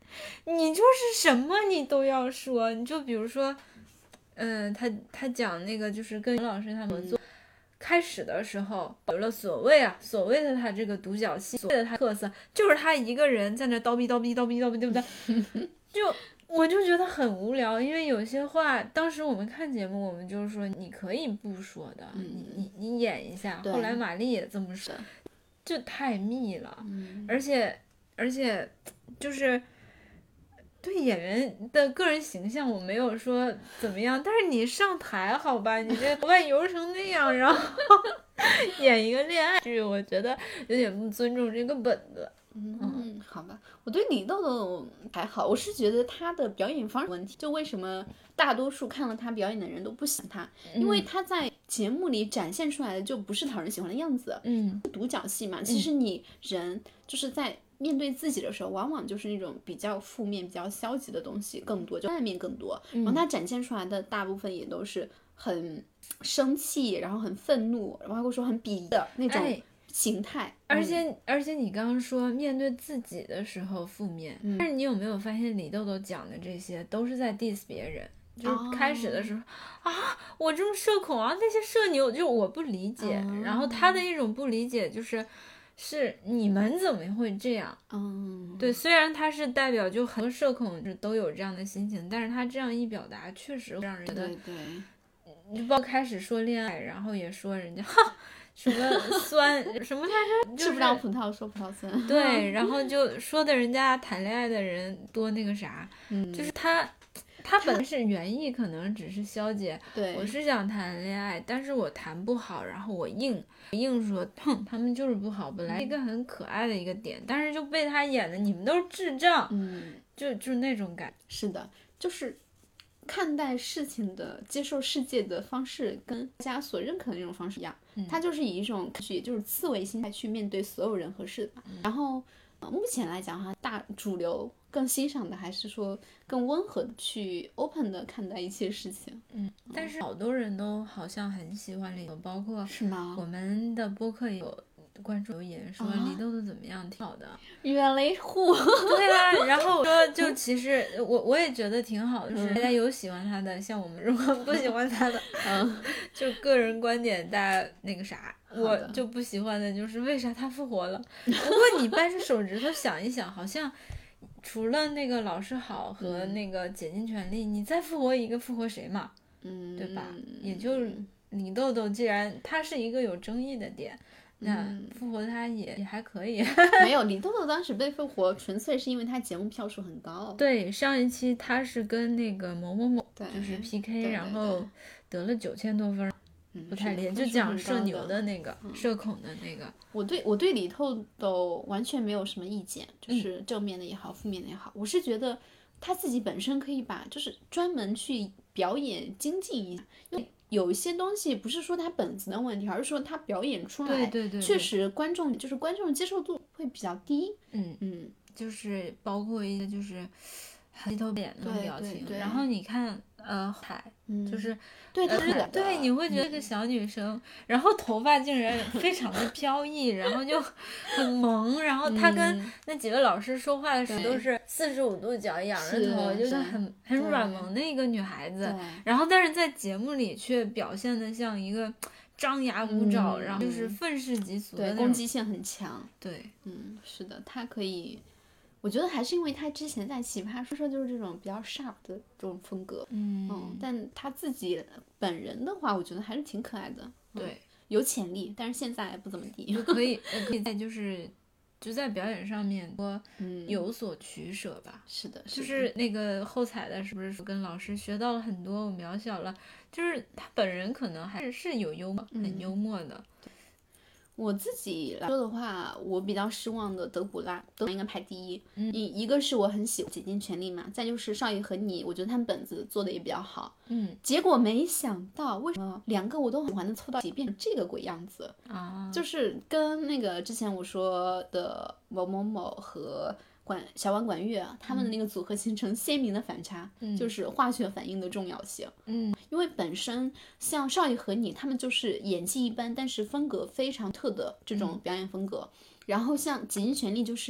你就是什么你都要说，你就比如说，嗯、呃，他他讲那个就是跟老师他们做。嗯开始的时候有了所谓啊，所谓的他这个独角戏，所谓的他特色，就是他一个人在那叨逼叨逼叨逼叨逼，对不对？就我就觉得很无聊，因为有些话，当时我们看节目，我们就是说你可以不说的， 嗯、 你你你演一下。后来玛丽也这么说，就太密了， 嗯、 而且而且就是。对演员的个人形象我没有说怎么样，但是你上台好吧，你这头发油成那样，然后演一个恋爱剧，我觉得有点不尊重这个本子。 嗯，嗯好吧，我对李豆豆还好，我是觉得他的表演方式问题，就为什么大多数看了他表演的人都不喜欢他， 嗯、 因为他在节目里展现出来的就不是讨人喜欢的样子。 嗯， 独角戏嘛，其实你人就是在面对自己的时候，往往就是那种比较负面、比较消极的东西更多，就暗面更多。然后他展现出来的大部分也都是很生气，然后很愤怒，然后或者说很鄙夷的那种形态。 哎、而且、嗯、而且你刚刚说面对自己的时候负面，嗯、但是你有没有发现李豆豆讲的这些都是在 diss 别人？就是开始的时候、哦、啊，我这么社恐啊，那些社牛就我不理解、哦，然后他的一种不理解就是。是你们怎么会这样？ 嗯， 对，虽然他是代表，就很多社恐都有这样的心情，但是他这样一表达，确实让人觉得， 对对， 就包括开始说恋爱，然后也说人家哈什么酸什么来着， 吃不着葡萄说葡萄酸， 对，然后就说的人家谈恋爱的人多那个啥， 嗯， 就是他。他本来是原意可能只是消解， 对， 我是想谈恋爱，但是我谈不好，然后我硬硬说，哼，他们就是不好，本来一个很可爱的一个点，但是就被他演的，你们都是智障， 嗯， 就就是那种感， 是的，就是看待事情的、接受世界的方式，跟大家所认可的那种方式一样， 嗯、 他就是以一种也就是刺猬心态去面对所有人和事吧。嗯、然后、呃、目前来讲哈，大主流。更欣赏的还是说更温和的去 open 的看待一切事情， 嗯，但是好多人都好像很喜欢李豆，包括是吗？ 我们的播客有观众留言说李豆豆怎么样，挺好的， 原来户， 对啊，然后我说就其实我我也觉得挺好的，就是大家有喜欢他的，像我们如果不喜欢他的，嗯，就个人观点大家那个啥。我就不喜欢的就是为啥他复活了，不过你掰着手指头想一想，好像。除了那个老师好和那个竭尽全力、嗯、你再复活一个复活谁嘛， 嗯， 对吧？也就李豆豆既然他是一个有争议的点、嗯、那复活他也也还可以。 没有，李豆豆当时被复活纯粹是因为他节目票数很高， 对，上一期他是跟那个某某某就是 P K， 对对对，然后得了九千多分，不太连，就讲社牛的那个、嗯、社恐的那个。 我对我对李豆豆完全没有什么意见，就是正面的也好、嗯、负面的也好，我是觉得他自己本身可以把就是专门去表演精进一下，因为有一些东西不是说他本子的问题，而是说他表演出来， 对对 对, 对， 确实观众就是观众接受度会比较低， 嗯嗯， 就是包括一些就是黑头脸那种表情， 对对对， 然后你看。呃，海、嗯、就是对对对对，你会觉得这个小女生，嗯、然后头发竟然非常的飘逸，然后就很萌，然后她跟那几个老师说话的时候都是四十五度角仰着头，就是很很软萌的一个女孩子，然后但是在节目里却表现的像一个张牙舞爪，嗯、然后就是愤世嫉俗的那种， 对，攻击性很强， 对， 嗯，是的，她可以。我觉得还是因为他之前在奇葩说说就是这种比较 sharp 的这种风格， 嗯, 嗯，但他自己本人的话，我觉得还是挺可爱的， 对， 嗯、有潜力，但是现在不怎么地， 就可以可以在就是就在表演上面多有所取舍吧， 嗯、是的， 就是那个后采的是不是跟老师学到了很多，我渺小了，就是他本人可能还是是有幽默， 嗯、 很幽默的。 我自己来说的话，我比较失望的德古拉，德古拉应该排第一。嗯，一个是我很喜欢竭尽全力嘛，再就是少爷和你，我觉得他们本子做的也比较好。 嗯， 结果没想到为什么两个我都很喜欢的凑到一起变成这个鬼样子啊？ 就是跟那个之前我说的某某某和管小王管乐他们的那个组合形成鲜明的反差， 嗯、 就是化学反应的重要性。 嗯， 因为本身像少爷和你他们就是演技一般，但是风格非常特的这种表演风格。嗯、然后像竭尽全力就是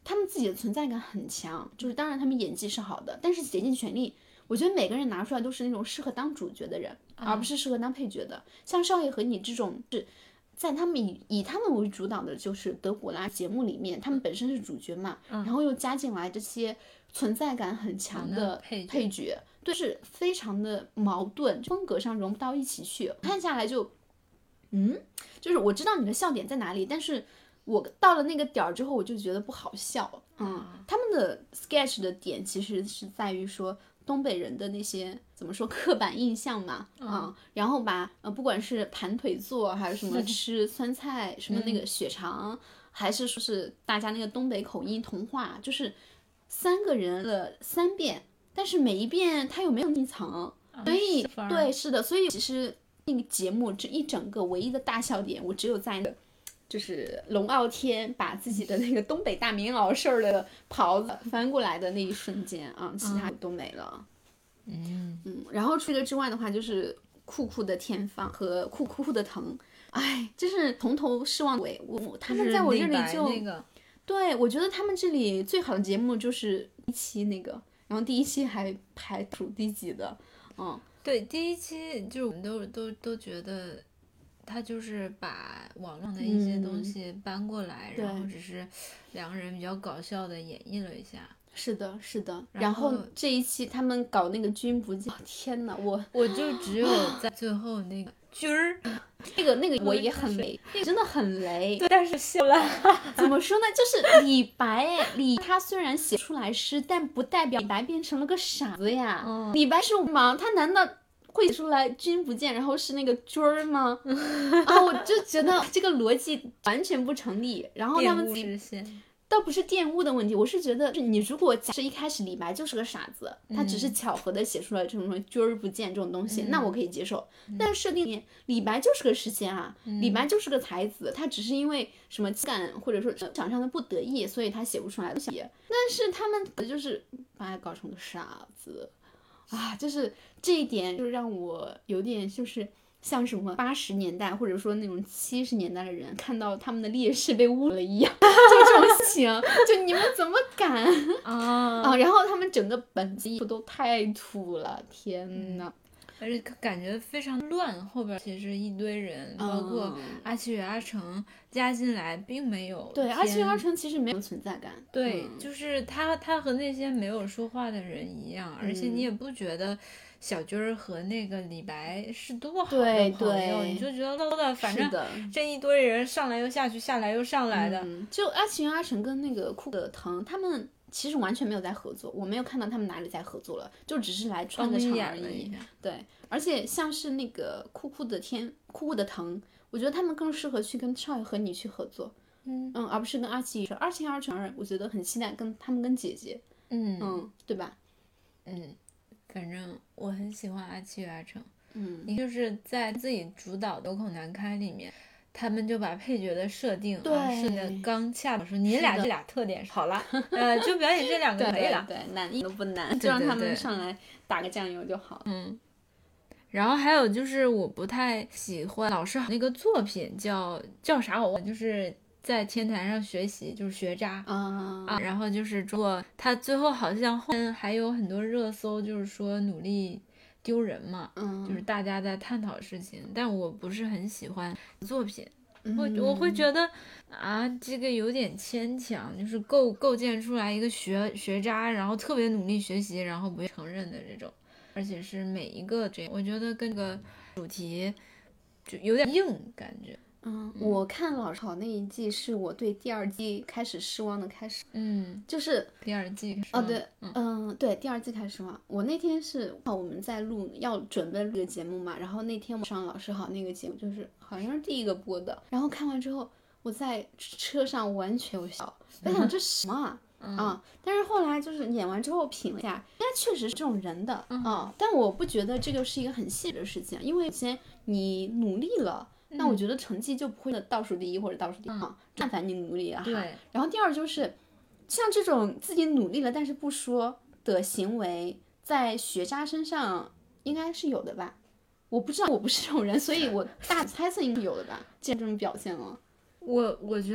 他们自己的存在感很强，就是当然他们演技是好的，但是竭尽全力，我觉得每个人拿出来都是那种适合当主角的人，而不是适合当配角的。像少爷和你这种是在他们以以他们为主导的，就是德古拉节目里面，他们本身是主角嘛， 嗯、 然后又加进来这些存在感很强的配角， 配角对，是非常的矛盾，风格上融不到一起去，看下来就，嗯，就是我知道你的笑点在哪里，但是我到了那个点儿之后，我就觉得不好笑。嗯，他们的 sketch 的点其实是在于说东北人的那些怎么说刻板印象嘛，嗯，嗯然后把呃不管是盘腿坐，还是什么吃酸菜，什么那个血肠，嗯、还是说是大家那个东北口音童话，就是三个人了三遍，但是每一遍他又没有那层， 嗯、 所以是对是的，所以其实那个节目这一整个唯一的大笑点，我只有在那个。就是龙傲天把自己的那个东北大棉袄事儿的袍子翻过来的那一瞬间啊，其他都没了。 嗯嗯，然后除了之外的话，就是酷酷的天放和酷酷酷的疼，哎，就是从头失望尾。我他们在我这里就、 那个、 对我觉得他们这里最好的节目就是一期那个，然后第一期还排数第几的，嗯， 对，第一期就是我们都都都觉得。他就是把网络的一些东西搬过来， 嗯、 然后只是两个人比较搞笑的演绎了一下。 是的，是的。 然然后这一期他们搞那个君不见，天哪，我我就只有在最后那个君儿， 那个那个我也很雷，那个真的很雷。 对，但是笑了。 怎么说呢？就是李白，李他虽然写出来诗，但不代表李白变成了个傻子呀。 嗯、 李白是盲，他难道？会写出来君不见，然后是那个君儿吗？啊，我就觉得这个逻辑完全不成立。然后他们倒不是玷污的问题，我是觉得你如果假设一开始李白就是个傻子，他只是巧合的写出来这种什么君儿不见这种东西，嗯、那我可以接受。嗯、但是设定里面李白就是个诗仙啊，嗯、李白就是个才子，他只是因为什么情感或者说场上的不得意，所以他写不出来的东西。但是他们就是把他搞成个傻子。啊，就是这一点，就让我有点就是像什么八十年代或者说那种七十年代的人看到他们的烈士被污了一样，就这种心情，就你们怎么敢啊啊！然后他们整个本子都太土了，天呐！ 而且感觉非常乱，后边其实一堆人，包括阿七与阿成加进来，并没有。 对，阿七与阿成其实没有存在感。 对， 嗯、 就是他，他和那些没有说话的人一样，而且你也不觉得小军儿和那个李白是多好的朋友，你就觉得唠的，反正这一堆人上来又下去，下来又上来的。 嗯、就阿七与阿成跟那个酷的疼，他们。其实完全没有在合作，我没有看到他们哪里在合作了，就只是来串个场而已。对，而且像是那个酷酷的天、酷酷的疼，我觉得他们更适合去跟少爷和你去合作， 嗯嗯，而不是跟阿七。二七二成，我觉得很期待跟他们跟姐姐， 嗯嗯，对吧？ 嗯，反正我很喜欢阿七与阿成， 嗯， 你就是在自己主导的有口难开里面。他们就把配角的设定对啊设的刚恰当，说你俩这俩特点好了，呃，就表演这两个可以了， 对，对难一点都不难，就让他们上来打个酱油就好。 嗯，然后还有就是我不太喜欢老师好那个作品叫叫啥我忘了，就是在天台上学习，就是学渣啊啊，然后就是说他最后好像后面还有很多热搜，就是说努力。丢人嘛， 嗯， 就是大家在探讨事情，但我不是很喜欢作品， 嗯、 我我会觉得啊，这个有点牵强，就是构构建出来一个学学渣，然后特别努力学习，然后不承认的这种，而且是每一个这样，我觉得跟个主题就有点硬感觉。 嗯，我看老师好那一季是我对第二季开始失望的开始， 嗯， 就是第二季哦对，嗯、呃、对，第二季开始失望。我那天是我们在录要准备录个节目嘛，然后那天我上老师好那个节目就是好像是第一个播的，然后看完之后我在车上完全有笑，我想这什么啊？ 嗯、 啊！但是后来就是演完之后品了一下，应该确实是这种人的、 嗯、 啊，但我不觉得这个是一个很细的事情，因为首先你努力了。那我觉得成绩就不会倒数第一或者倒数第二， 嗯、 但凡你努力了哈。 对。 然后第二就是，像这种自己努力了但是不说的行为，在学渣身上应该是有的吧？我不知道，我不是这种人，所以我大猜测应该有的吧？既然这种表现了， 我我觉得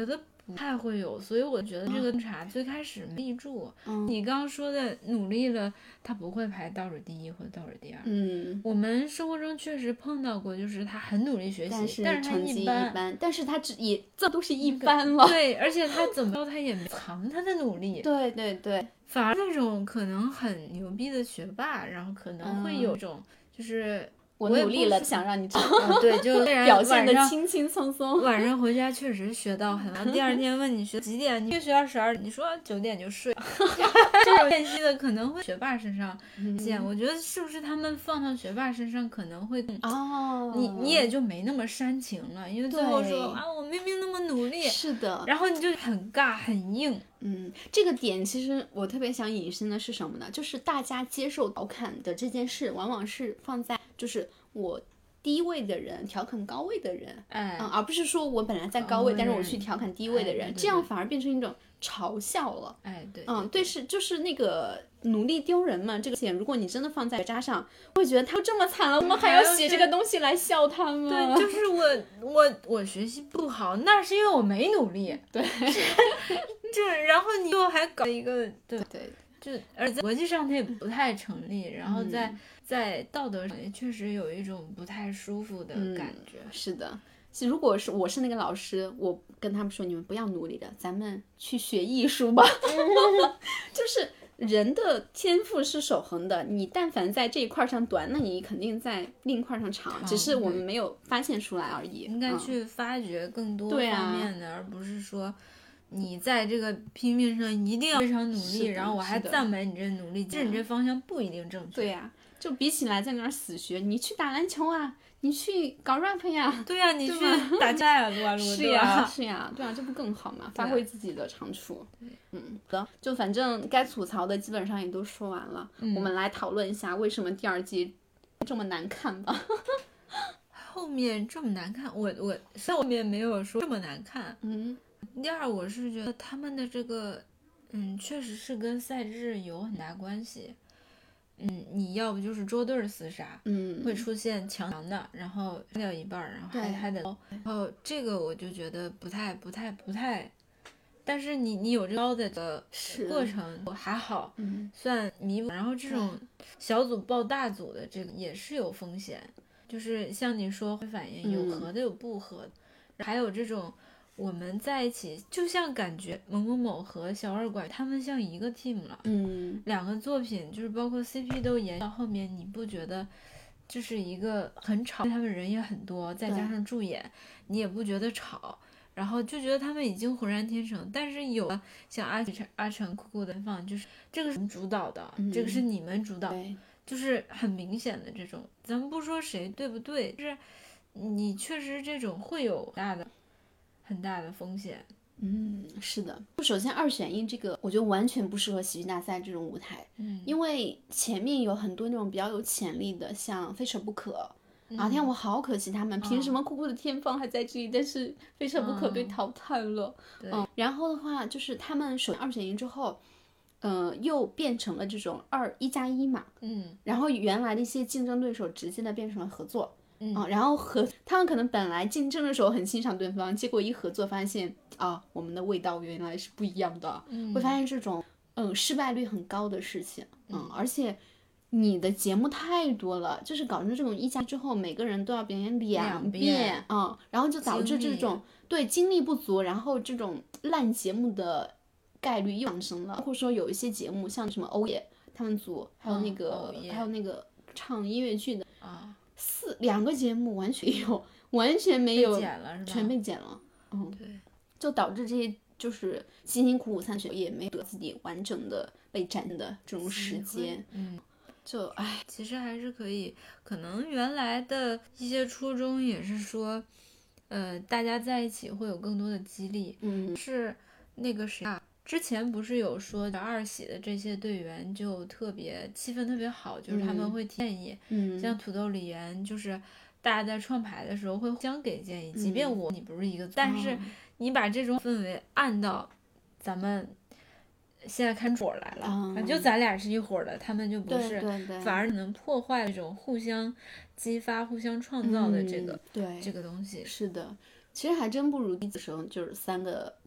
不太会有，所以我觉得这个洞察最开始没立住。 嗯， 你刚刚说的努力了，他不会排倒数第一或者倒数第二。 嗯， 我们生活中确实碰到过，就是他很努力学习， 但是但是他成绩一般， 般，但是他只也这都是一般了。 对，而且他怎么着他也没藏他的努力。 对对对， 反而那种可能很牛逼的学霸，然后可能会有种就是。 我努力了，想让你知道， 嗯、对，就表现的轻轻松松。 晚上回家确实学到很晚，第二天问你学几点，你就学到十二，你说九点就睡。这种练习的可能会学霸身上见、嗯，我觉得是不是他们放到学霸身上可能会哦， 你你也就没那么煽情了，因为最后说啊，我明明那么努力， 是的， 然后你就很尬很硬。 嗯，这个点其实我特别想引申的是什么呢？就是大家接受调侃的这件事，往往是放在就是我低位的人调侃高位的人， 哎， 嗯，而不是说我本来在高位， 哦、 但是我去调侃低位的人， 哎、对对对这样反而变成一种嘲笑了。 哎，对， 嗯，对，是就是那个努力丢人嘛，这个点如果你真的放在学渣上，会觉得他这么惨了，我们还要写这个东西来笑他吗？ 对，就是我我我学习不好，那是因为我没努力。 对， 这然后你又还搞一个对对， 就而在国际上它也不太成立，然后在、嗯、在道德上也确实有一种不太舒服的感觉。 嗯、是的。其实如果是我是那个老师，我跟他们说你们不要努力了，咱们去学艺术吧。就是人的天赋是守恒的，你但凡在这一块上短，那你肯定在另一块上长，只是我们没有发现出来而已。 应该去发掘更多方面的， 啊、 而不是说你在这个拼命上一定要非常努力，然后我还赞美你这努力，其实你这方向不一定正确。 对呀、啊，就比起来在那儿死学，你去打篮球啊，你去搞 rap 呀， 对呀、啊，你去打架呀，撸啊撸， 是呀，是呀，对啊，这不更好吗？发挥自己的长处。嗯，得，就反正该吐槽的基本上也都说完了， 嗯、 我们来讨论一下为什么第二季这么难看吧。 后面这么难看，我我后面没有说这么难看。 嗯， 第二，我是觉得他们的这个，嗯，确实是跟赛制有很大关系。嗯，你要不就是捉对厮杀， 嗯， 会出现强强的，然后杀掉一半，然后还还得，然后这个我就觉得不太不太不太，但是你你有这高的的过程还好， 嗯， 算弥补。然后这种小组抱大组的这个也是有风险，就是像你说会反应有合的有不合的，嗯、还有这种。我们在一起，就像感觉某某某和小二拐他们像一个 team 了。 嗯， 两个作品就是包括 C P 都延到后面，你不觉得这是一个很吵？他们人也很多，再加上助演，你也不觉得吵，然后就觉得他们已经浑然天成。但是有像阿阿成酷酷的放，就是这个是主导的， 嗯、 这个是你们主导，就是很明显的这种。咱们不说谁对不对，就是你确实这种会有大的。很大的风险。 嗯，是的。首先二选一这个，我觉得完全不适合喜剧大赛这种舞台。 嗯， 因为前面有很多那种比较有潜力的，像非扯不可。 嗯、 啊天，我好可惜他们，凭、嗯、什么酷酷的天方还在这里，但是非扯不可被淘汰了。 嗯， 嗯然后的话就是他们首二选一之后，呃，又变成了这种二一加一嘛。 嗯， 然后原来的一些竞争对手直接的变成了合作。 嗯、 啊，然后和他们可能本来竞争的时候很欣赏对方，结果一合作发现啊，我们的味道原来是不一样的， 嗯、 会发现这种嗯失败率很高的事情，嗯，而且你的节目太多了，就是搞成这种一加之后，每个人都要表演两遍啊、嗯，然后就导致这种对精力不足，然后这种烂节目的概率又上升了。或者说有一些节目像什么欧耶他们组，还有那个、 嗯、 还有那个唱音乐剧的啊。 四两个节目完全有，完全没有， 被剪了是吧？ 全被剪了，嗯， 对， 就导致这些就是辛辛苦苦参选也没得自己完整的被展的这种时间， 嗯， 就唉， 其实还是可以，可能原来的一些初衷也是说，呃，大家在一起会有更多的激励， 嗯， 是那个谁啊？之前不是有说二喜的这些队员就特别气氛特别好，就是他们会提建议， 嗯， 像土豆李岩，就是大家在创牌的时候会互相给建议，即便我你不是一个，但是你把这种氛围按到咱们现在看伙来了， 嗯、 就咱俩是一伙的，他们就不是， 对对对， 反而能破坏这种互相激发、互相创造的这个、 嗯、对这个东西。 是的，其实还真不如第一次时候就是三个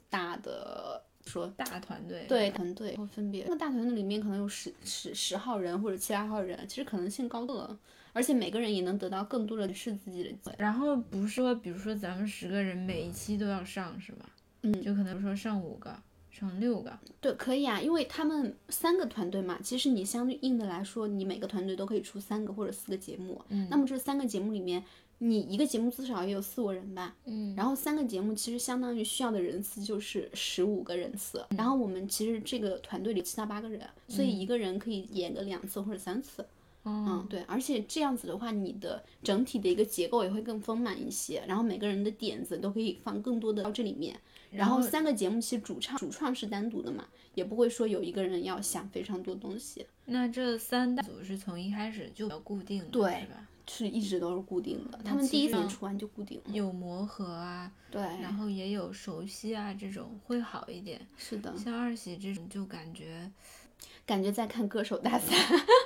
大的说大团队， 对团队，然后分别那个大团队里面可能有十十十号人或者七八号人，其实可能性高了，而且每个人也能得到更多的是自己的。 然后不是说，比如说咱们十个人每一期都要上是吧？ 嗯， 就可能说上五个。上六个， 对，可以啊，因为他们三个团队嘛，其实你相对应的来说，你每个团队都可以出三个或者四个节目，嗯，那么这三个节目里面，你一个节目至少也有四五人吧，嗯，然后三个节目其实相当于需要的人次就是十五个人次，嗯、然后我们其实这个团队里七到八个人，所以一个人可以演个两次或者三次。嗯, 嗯，对，而且这样子的话，你的整体的一个结构也会更丰满一些，然后每个人的点子都可以放更多的到这里面。然后三个节目其实主唱主创是单独的嘛，也不会说有一个人要想非常多东西。 那这三大组是从一开始就要固定的， 对， 是吧？ 是一直都是固定的，他们第一年出完就固定了。 有磨合啊， 对， 然后也有熟悉啊，这种会好一点。 是的， 像二喜这种就感觉感觉在看歌手大赛。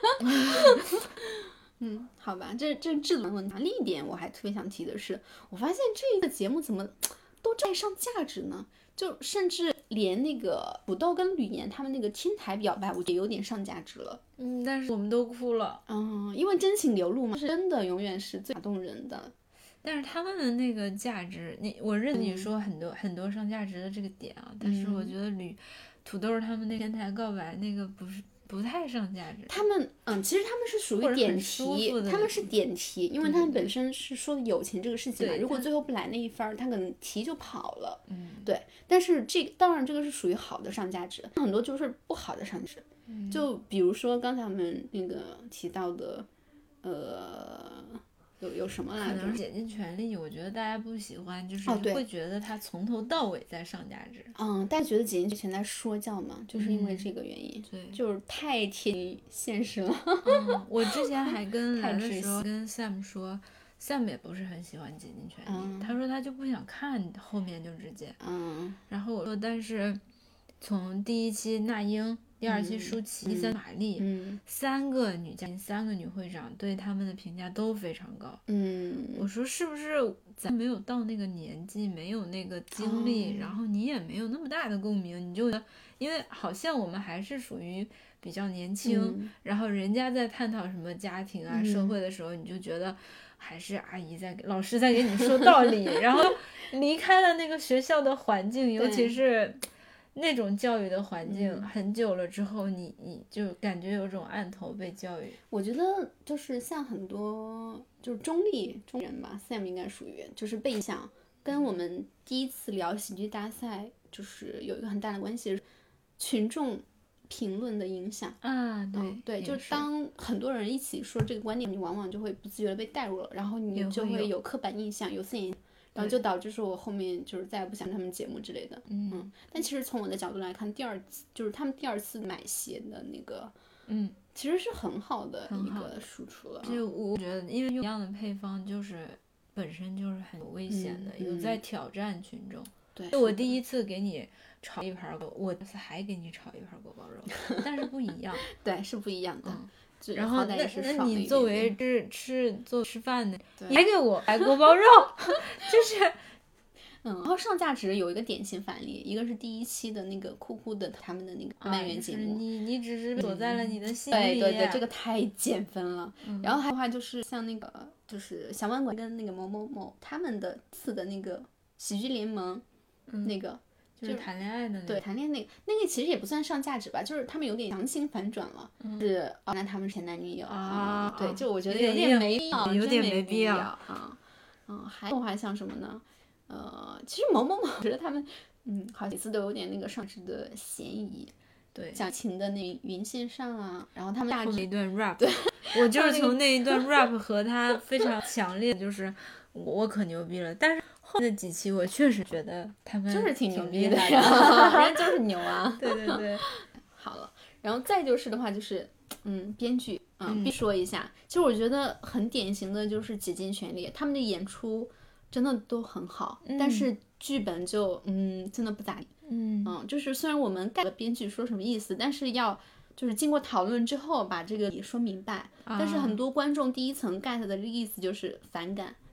嗯，好吧，这这质量问题。另一点我还特别想提的是，我发现这个节目怎么都在上价值呢？就甚至连那个土豆跟吕岩他们那个天台表白，我觉得有点上价值了。 嗯，但是我们都哭了。 嗯，因为真情流露嘛，是真的永远是最打动人的。 但是他们的那个价值，你我认你说很多、嗯、很多上价值的这个点啊，但是我觉得吕、嗯、土豆他们那天台告白那个不是。不太上价值， 他们嗯，其实他们是属于点题，他们是点题，因为他们本身是说的友情这个事情嘛，如果最后不来那一番，他可能题就跑了，嗯，对。但是这个当然这个是属于好的上价值，很多就是不好的上价值，嗯、就比如说刚才我们那个提到的，呃。有有什么来着？ 可能竭尽全力，我觉得大家不喜欢，就是会觉得他从头到尾在上价值。 哦、嗯，大家觉得竭尽全力在说教嘛，就是因为这个原因， 嗯、对， 就是太贴近现实了。 嗯、我之前还跟来的时候跟 Sam 说 ，Sam 也不是很喜欢竭尽全力，嗯、他说他就不想看后面就直接。嗯，然后我说，但是从第一期那英。第二期舒淇、第三玛丽、嗯，三个女嘉宾，三个女会长对他们的评价都非常高。嗯，我说是不是咱没有到那个年纪，没有那个经历，哦、然后你也没有那么大的共鸣，你就因为好像我们还是属于比较年轻，嗯、然后人家在探讨什么家庭啊、嗯、社会的时候，你就觉得还是阿姨在老师在给你说道理，然后离开了那个学校的环境，尤其是。那种教育的环境很久了之后，嗯、你你就感觉有种按头被教育。 我觉得就是像很多就是中立中人吧 ，Sam 应该属于就是被影响，跟我们第一次聊喜剧大赛就是有一个很大的关系，群众评论的影响啊，对、 嗯、对，就是当很多人一起说这个观点，你往往就会不自觉的被带入了，然后你就会有刻板印象，有色眼镜。然后就导致说我后面就是再也不想他们节目之类的，嗯, 嗯，但其实从我的角度来看，第二次就是他们第二次买鞋的那个，嗯，其实是很好的一个输出了。 就我觉得，因为用一样的配方，就是本身就是很危险的，嗯、有在挑战群众。 对， 就我第一次给你炒一盘锅，我还给你炒一盘锅包肉，但是不一样。 对，是不一样的。嗯然后那那你作为吃吃做吃饭的， 你还给我白锅包肉，就是嗯，然后上价值有一个典型反例，一个是第一期的那个酷酷的他们的那个漫园节目， 啊、你你只是锁在了你的心里、 嗯，对对对，这个太减分了。嗯、然后还有的话就是像那个就是小万管跟那个某某某他们的次的那个喜剧联盟，嗯、那个。 就是谈恋爱的那个， 对，谈恋爱那个那个其实也不算上价值吧，就是他们有点强行反转了，嗯、是哦，那他们是前男女友啊、 嗯，对，就我觉得有点没必要， 有点没必要啊，嗯，还有还像什么呢？呃，其实某某某，我觉得他们嗯，好几次都有点那个上市的嫌疑。 对， 讲情的那云线上啊，然后他们后面一段 rap， 对，我就是从那一段 rap 和他非常强烈，就是我可牛逼了，但是。后面几期我确实觉得他们就是挺牛逼的呀，人家就是牛啊。 对对对， 好了，然后再就是的话就是，嗯，编剧啊、嗯，必说一下，其实我觉得很典型的就是竭尽全力，他们的演出真的都很好，嗯、但是剧本就嗯真的不咋地，嗯嗯，就是虽然我们改了编剧说什么意思，但是要就是经过讨论之后把这个也说明白，啊、但是很多观众第一层 get 的意思就是反感。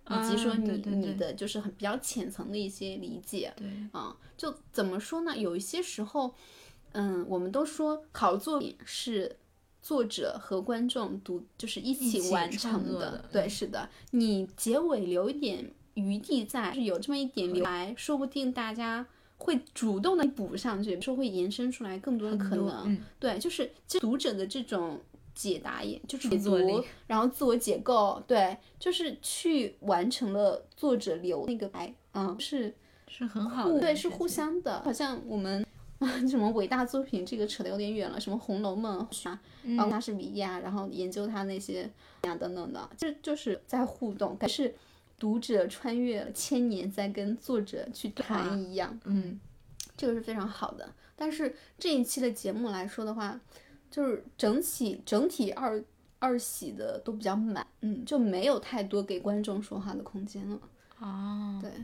以及说你、 啊、对对对你的就是很比较浅层的一些理解。 对啊、嗯，就怎么说呢？有一些时候，嗯，我们都说好作品是作者和观众读就是一起完成的。 的对，是的，你结尾留一点余地在，是有这么一点留白，说不定大家会主动的补上去，说会延伸出来更多的可能。 嗯、 对，就是就读者的这种解答，也就是解读， 然后自我解构，对，就是去完成了作者留那个白，嗯，是是很好的， 对，是互相的。好像我们什么伟大作品，这个扯得有点远了，什么《红楼梦》啊，包括莎士比亚，然后研究他那些呀等等的，这就是在互动，但是读者穿越了千年在跟作者去谈一样，嗯，这个是非常好的。但是这一期的节目来说的话，就是整体整体二二喜的都比较满，嗯，就没有太多给观众说话的空间了。 哦， 对，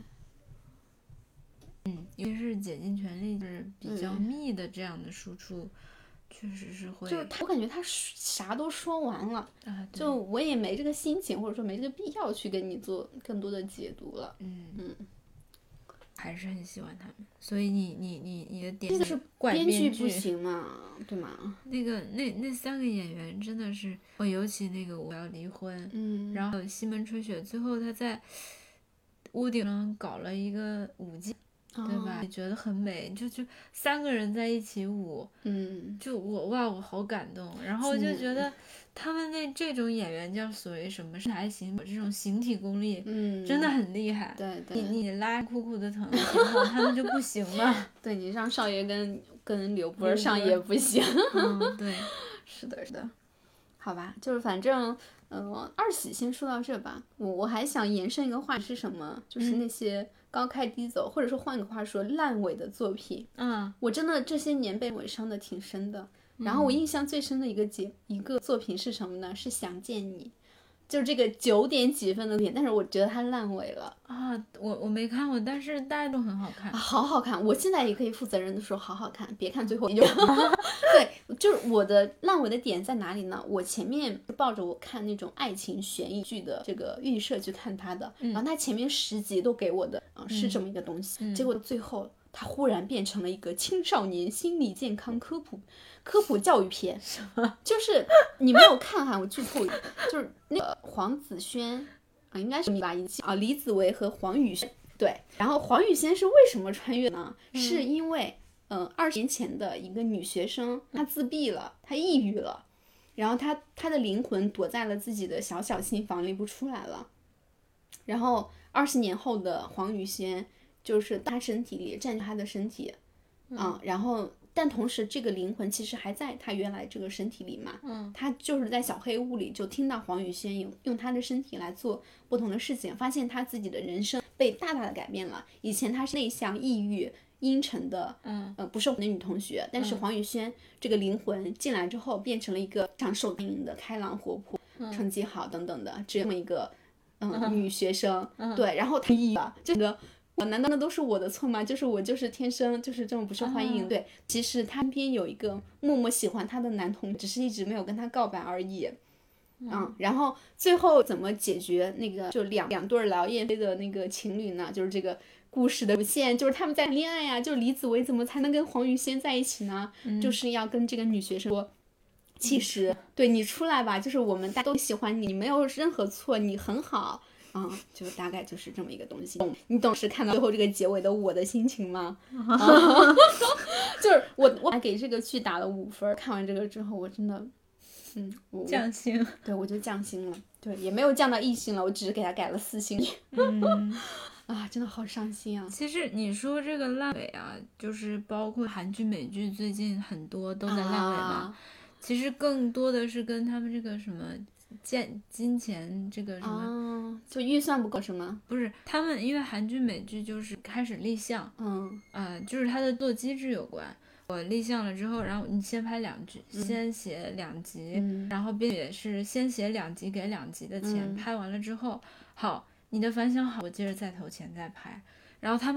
嗯，尤其是竭尽全力就是比较密的这样的输出，确实是会， 就是他，我感觉他啥都说完了， 啊， 就我也没这个心情，或者说没这个必要去跟你做更多的解读了。 嗯嗯。 还是很喜欢他们，所以你你你你的点这个是编剧不行嘛，对吗？ 那个那那三个演员真的是，我尤其那个我要离婚， 嗯， 然后西门吹雪最后他在屋顶上搞了一个舞技， 哦、 对吧？觉得很美，就就三个人在一起舞， 嗯， 就我哇我好感动，然后就觉得他们那这种演员叫所谓什么身材形这种形体功力， 嗯， 真的很厉害。 对对， 你你拉酷酷的疼，他们就不行了。 对，你让少爷跟跟刘波上也不行。 嗯，对， 是的，是的。好吧，就是反正，呃，二喜先说到这吧。我我还想延伸一个话是什么？就是那些高开低走，嗯、或者说换个话说，烂尾的作品。 嗯， 我真的这些年被尾伤的挺深的。然后我印象最深的一个节、嗯、一个作品是什么呢？是《想见你》，就是这个九点几分的片，但是我觉得它烂尾了啊。我我没看过，但是大家都很好看， 啊、好好看。我现在也可以负责任的说，好好看，别看最后一集。对，就是我的烂尾的点在哪里呢？我前面抱着我看那种爱情悬疑剧的这个预设去看它的，嗯、然后它前面十集都给我的啊、呃、是这么一个东西，嗯、结果最后它忽然变成了一个青少年心理健康科普。科普教育片，就是你没有看哈，我剧透一个，就是那个黄子轩啊，应该是吧一起啊，李子维和黄宇轩对，然后黄宇轩是为什么穿越呢？嗯、是因为嗯二十年前的一个女学生，她自闭了，她抑郁了，然后她她的灵魂躲在了自己的小小心房里不出来了，然后二十年后的黄宇轩就是她身体里占据她的身体，嗯，嗯然后。但同时，这个灵魂其实还在他原来这个身体里嘛，嗯，他就是在小黑屋里就听到黄宇轩用用他的身体来做不同的事情，发现他自己的人生被大大的改变了。以前他是内向、抑郁、阴沉的，嗯，呃，不受欢迎的女同学，但是黄宇轩这个灵魂进来之后，变成了一个非常受欢迎的、开朗活泼、嗯、成绩好等等的这么一个嗯、呃、女学生，嗯、对，然后他抑郁了，这个。我难道那都是我的错吗？就是我就是天生就是这么不受欢迎。啊、对，其实他身边有一个默默喜欢他的男同，只是一直没有跟他告白而已。嗯，嗯然后最后怎么解决那个就两两对劳燕飞的那个情侣呢？就是这个故事的主线，就是他们在恋爱呀、啊。就是李子维怎么才能跟黄宇轩在一起呢？嗯、就是要跟这个女学生说。其实、嗯、对你出来吧，就是我们大家都喜欢你，你没有任何错，你很好。嗯，就大概就是这么一个东西。懂你懂是看到最后这个结尾的我的心情吗？啊、就是我我还给这个剧打了五分，看完这个之后我真的，嗯，我降星， 对我就降星了，对，也没有降到一星了，我只是给他改了四星。嗯，啊，真的好伤心啊。 其实你说这个烂尾啊，就是包括韩剧、美剧最近很多都在烂尾嘛。啊、其实更多的是跟他们这个什么。金金钱这个什么、 哦、就预算不够是吗？ 不是，他们因为韩剧美剧就是开始立项，嗯呃就是它的做机制有关。我立项了之后，然后你先拍两集、嗯、先写两集、嗯、然后并且是先写两集给两集的钱、嗯、拍完了之后，好，你的反响好，我接着再投钱再拍。然后他们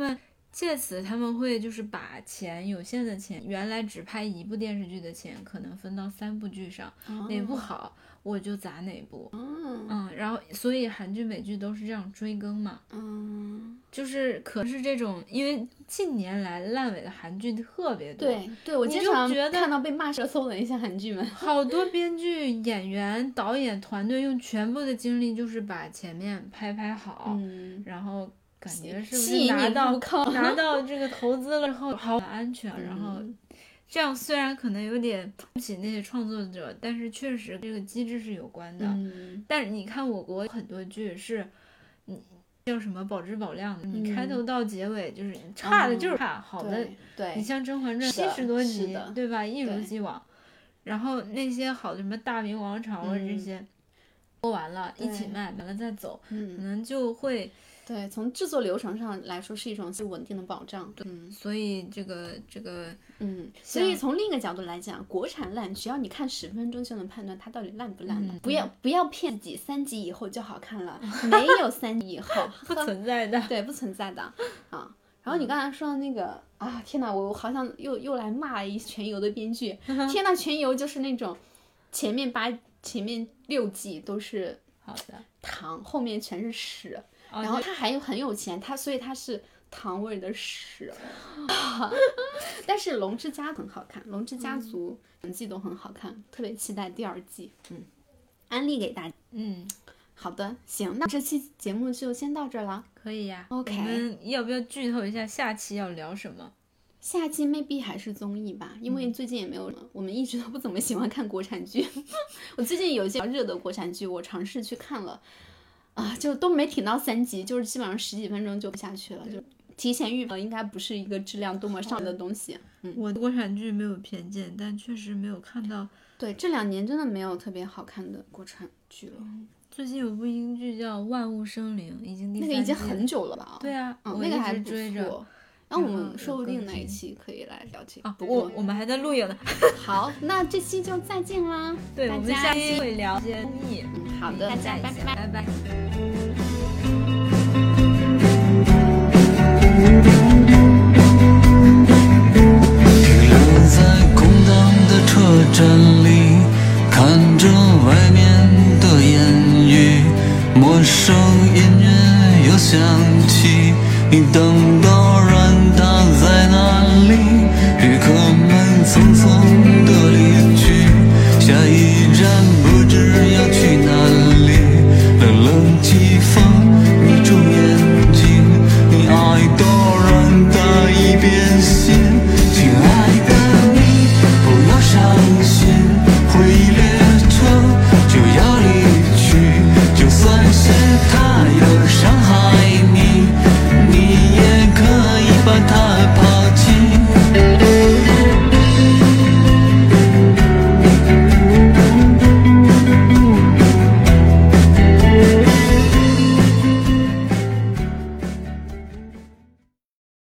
借此他们会就是把钱有限的钱，原来只拍一部电视剧的钱，可能分到三部剧上，哦、哪部好我就砸哪部。 哦、 嗯，然后所以韩剧美剧都是这样追更嘛。 嗯， 就是可是这种，因为近年来烂尾的韩剧特别多。 对对，我经常看到被骂热搜的一些韩剧们， 好多编剧、演员、导演团队用全部的精力就是把前面拍拍好， 嗯、 然后。感觉是不是拿到拿到这个投资了之后好安全， 嗯、 然后这样虽然可能有点对不起那些创作者，但是确实这个机制是有关的。 嗯、 但是你看我国很多剧是，你叫什么保质保量的，嗯、你开头到结尾就是差的就是差，嗯、好的， 对对， 你像《甄嬛传》七十多集，对吧？一如对既往。然后那些好的什么《大明王朝》啊这些，播、嗯、完了一起卖，完了再走， 嗯、 可能就会。 对，从制作流程上来说是一种最稳定的保障。嗯， 所以这个这个， 嗯，所以从另一个角度来讲，国产烂，只要你看十分钟就能判断它到底烂不烂了。嗯、不要不要骗自己，三集以后就好看了，没有三集以后不存在的。 对，不存在的啊。然后你刚才说的那个啊，天哪，我好像又又来骂一全游的编剧。天哪，全游就是那种前面八前面六季都是好的糖，后面全是屎。 哦、 然后他还有很有钱，他所以他是糖味的屎。但是《龙之家》很好看，《龙之家族》整季都很好看，嗯、特别期待第二季。嗯，安利给大家。 嗯， 好的，行，那这期节目就先到这了。 可以呀。 OK， 我们要不要剧透一下下期要聊什么？ 下期 maybe 还是综艺吧，因为最近也没有，嗯、我们一直都不怎么喜欢看国产剧。我最近有一些热的国产剧，我尝试去看了。啊，就都没挺到三集，就是基本上十几分钟就不下去了，就提前预防应该不是一个质量多么上的东西。嗯， 我国产剧没有偏见，但确实没有看到。 对，这两年真的没有特别好看的国产剧了。 嗯、最近有部英剧叫《万物生灵》，已经第三季了。 那个已经很久了吧？ 对啊， 嗯、 我那个还不追着。 然后我们说不定哪一期可以来了解啊！不过我们还在录影呢。 好，那这期就再见啦！ 对，我们下期会聊些综艺。 嗯，好的， 大家拜拜拜拜。 停留在空荡的车站里，看着外面的言语，陌生音乐又响起。你等到软糖在哪里？旅客们匆匆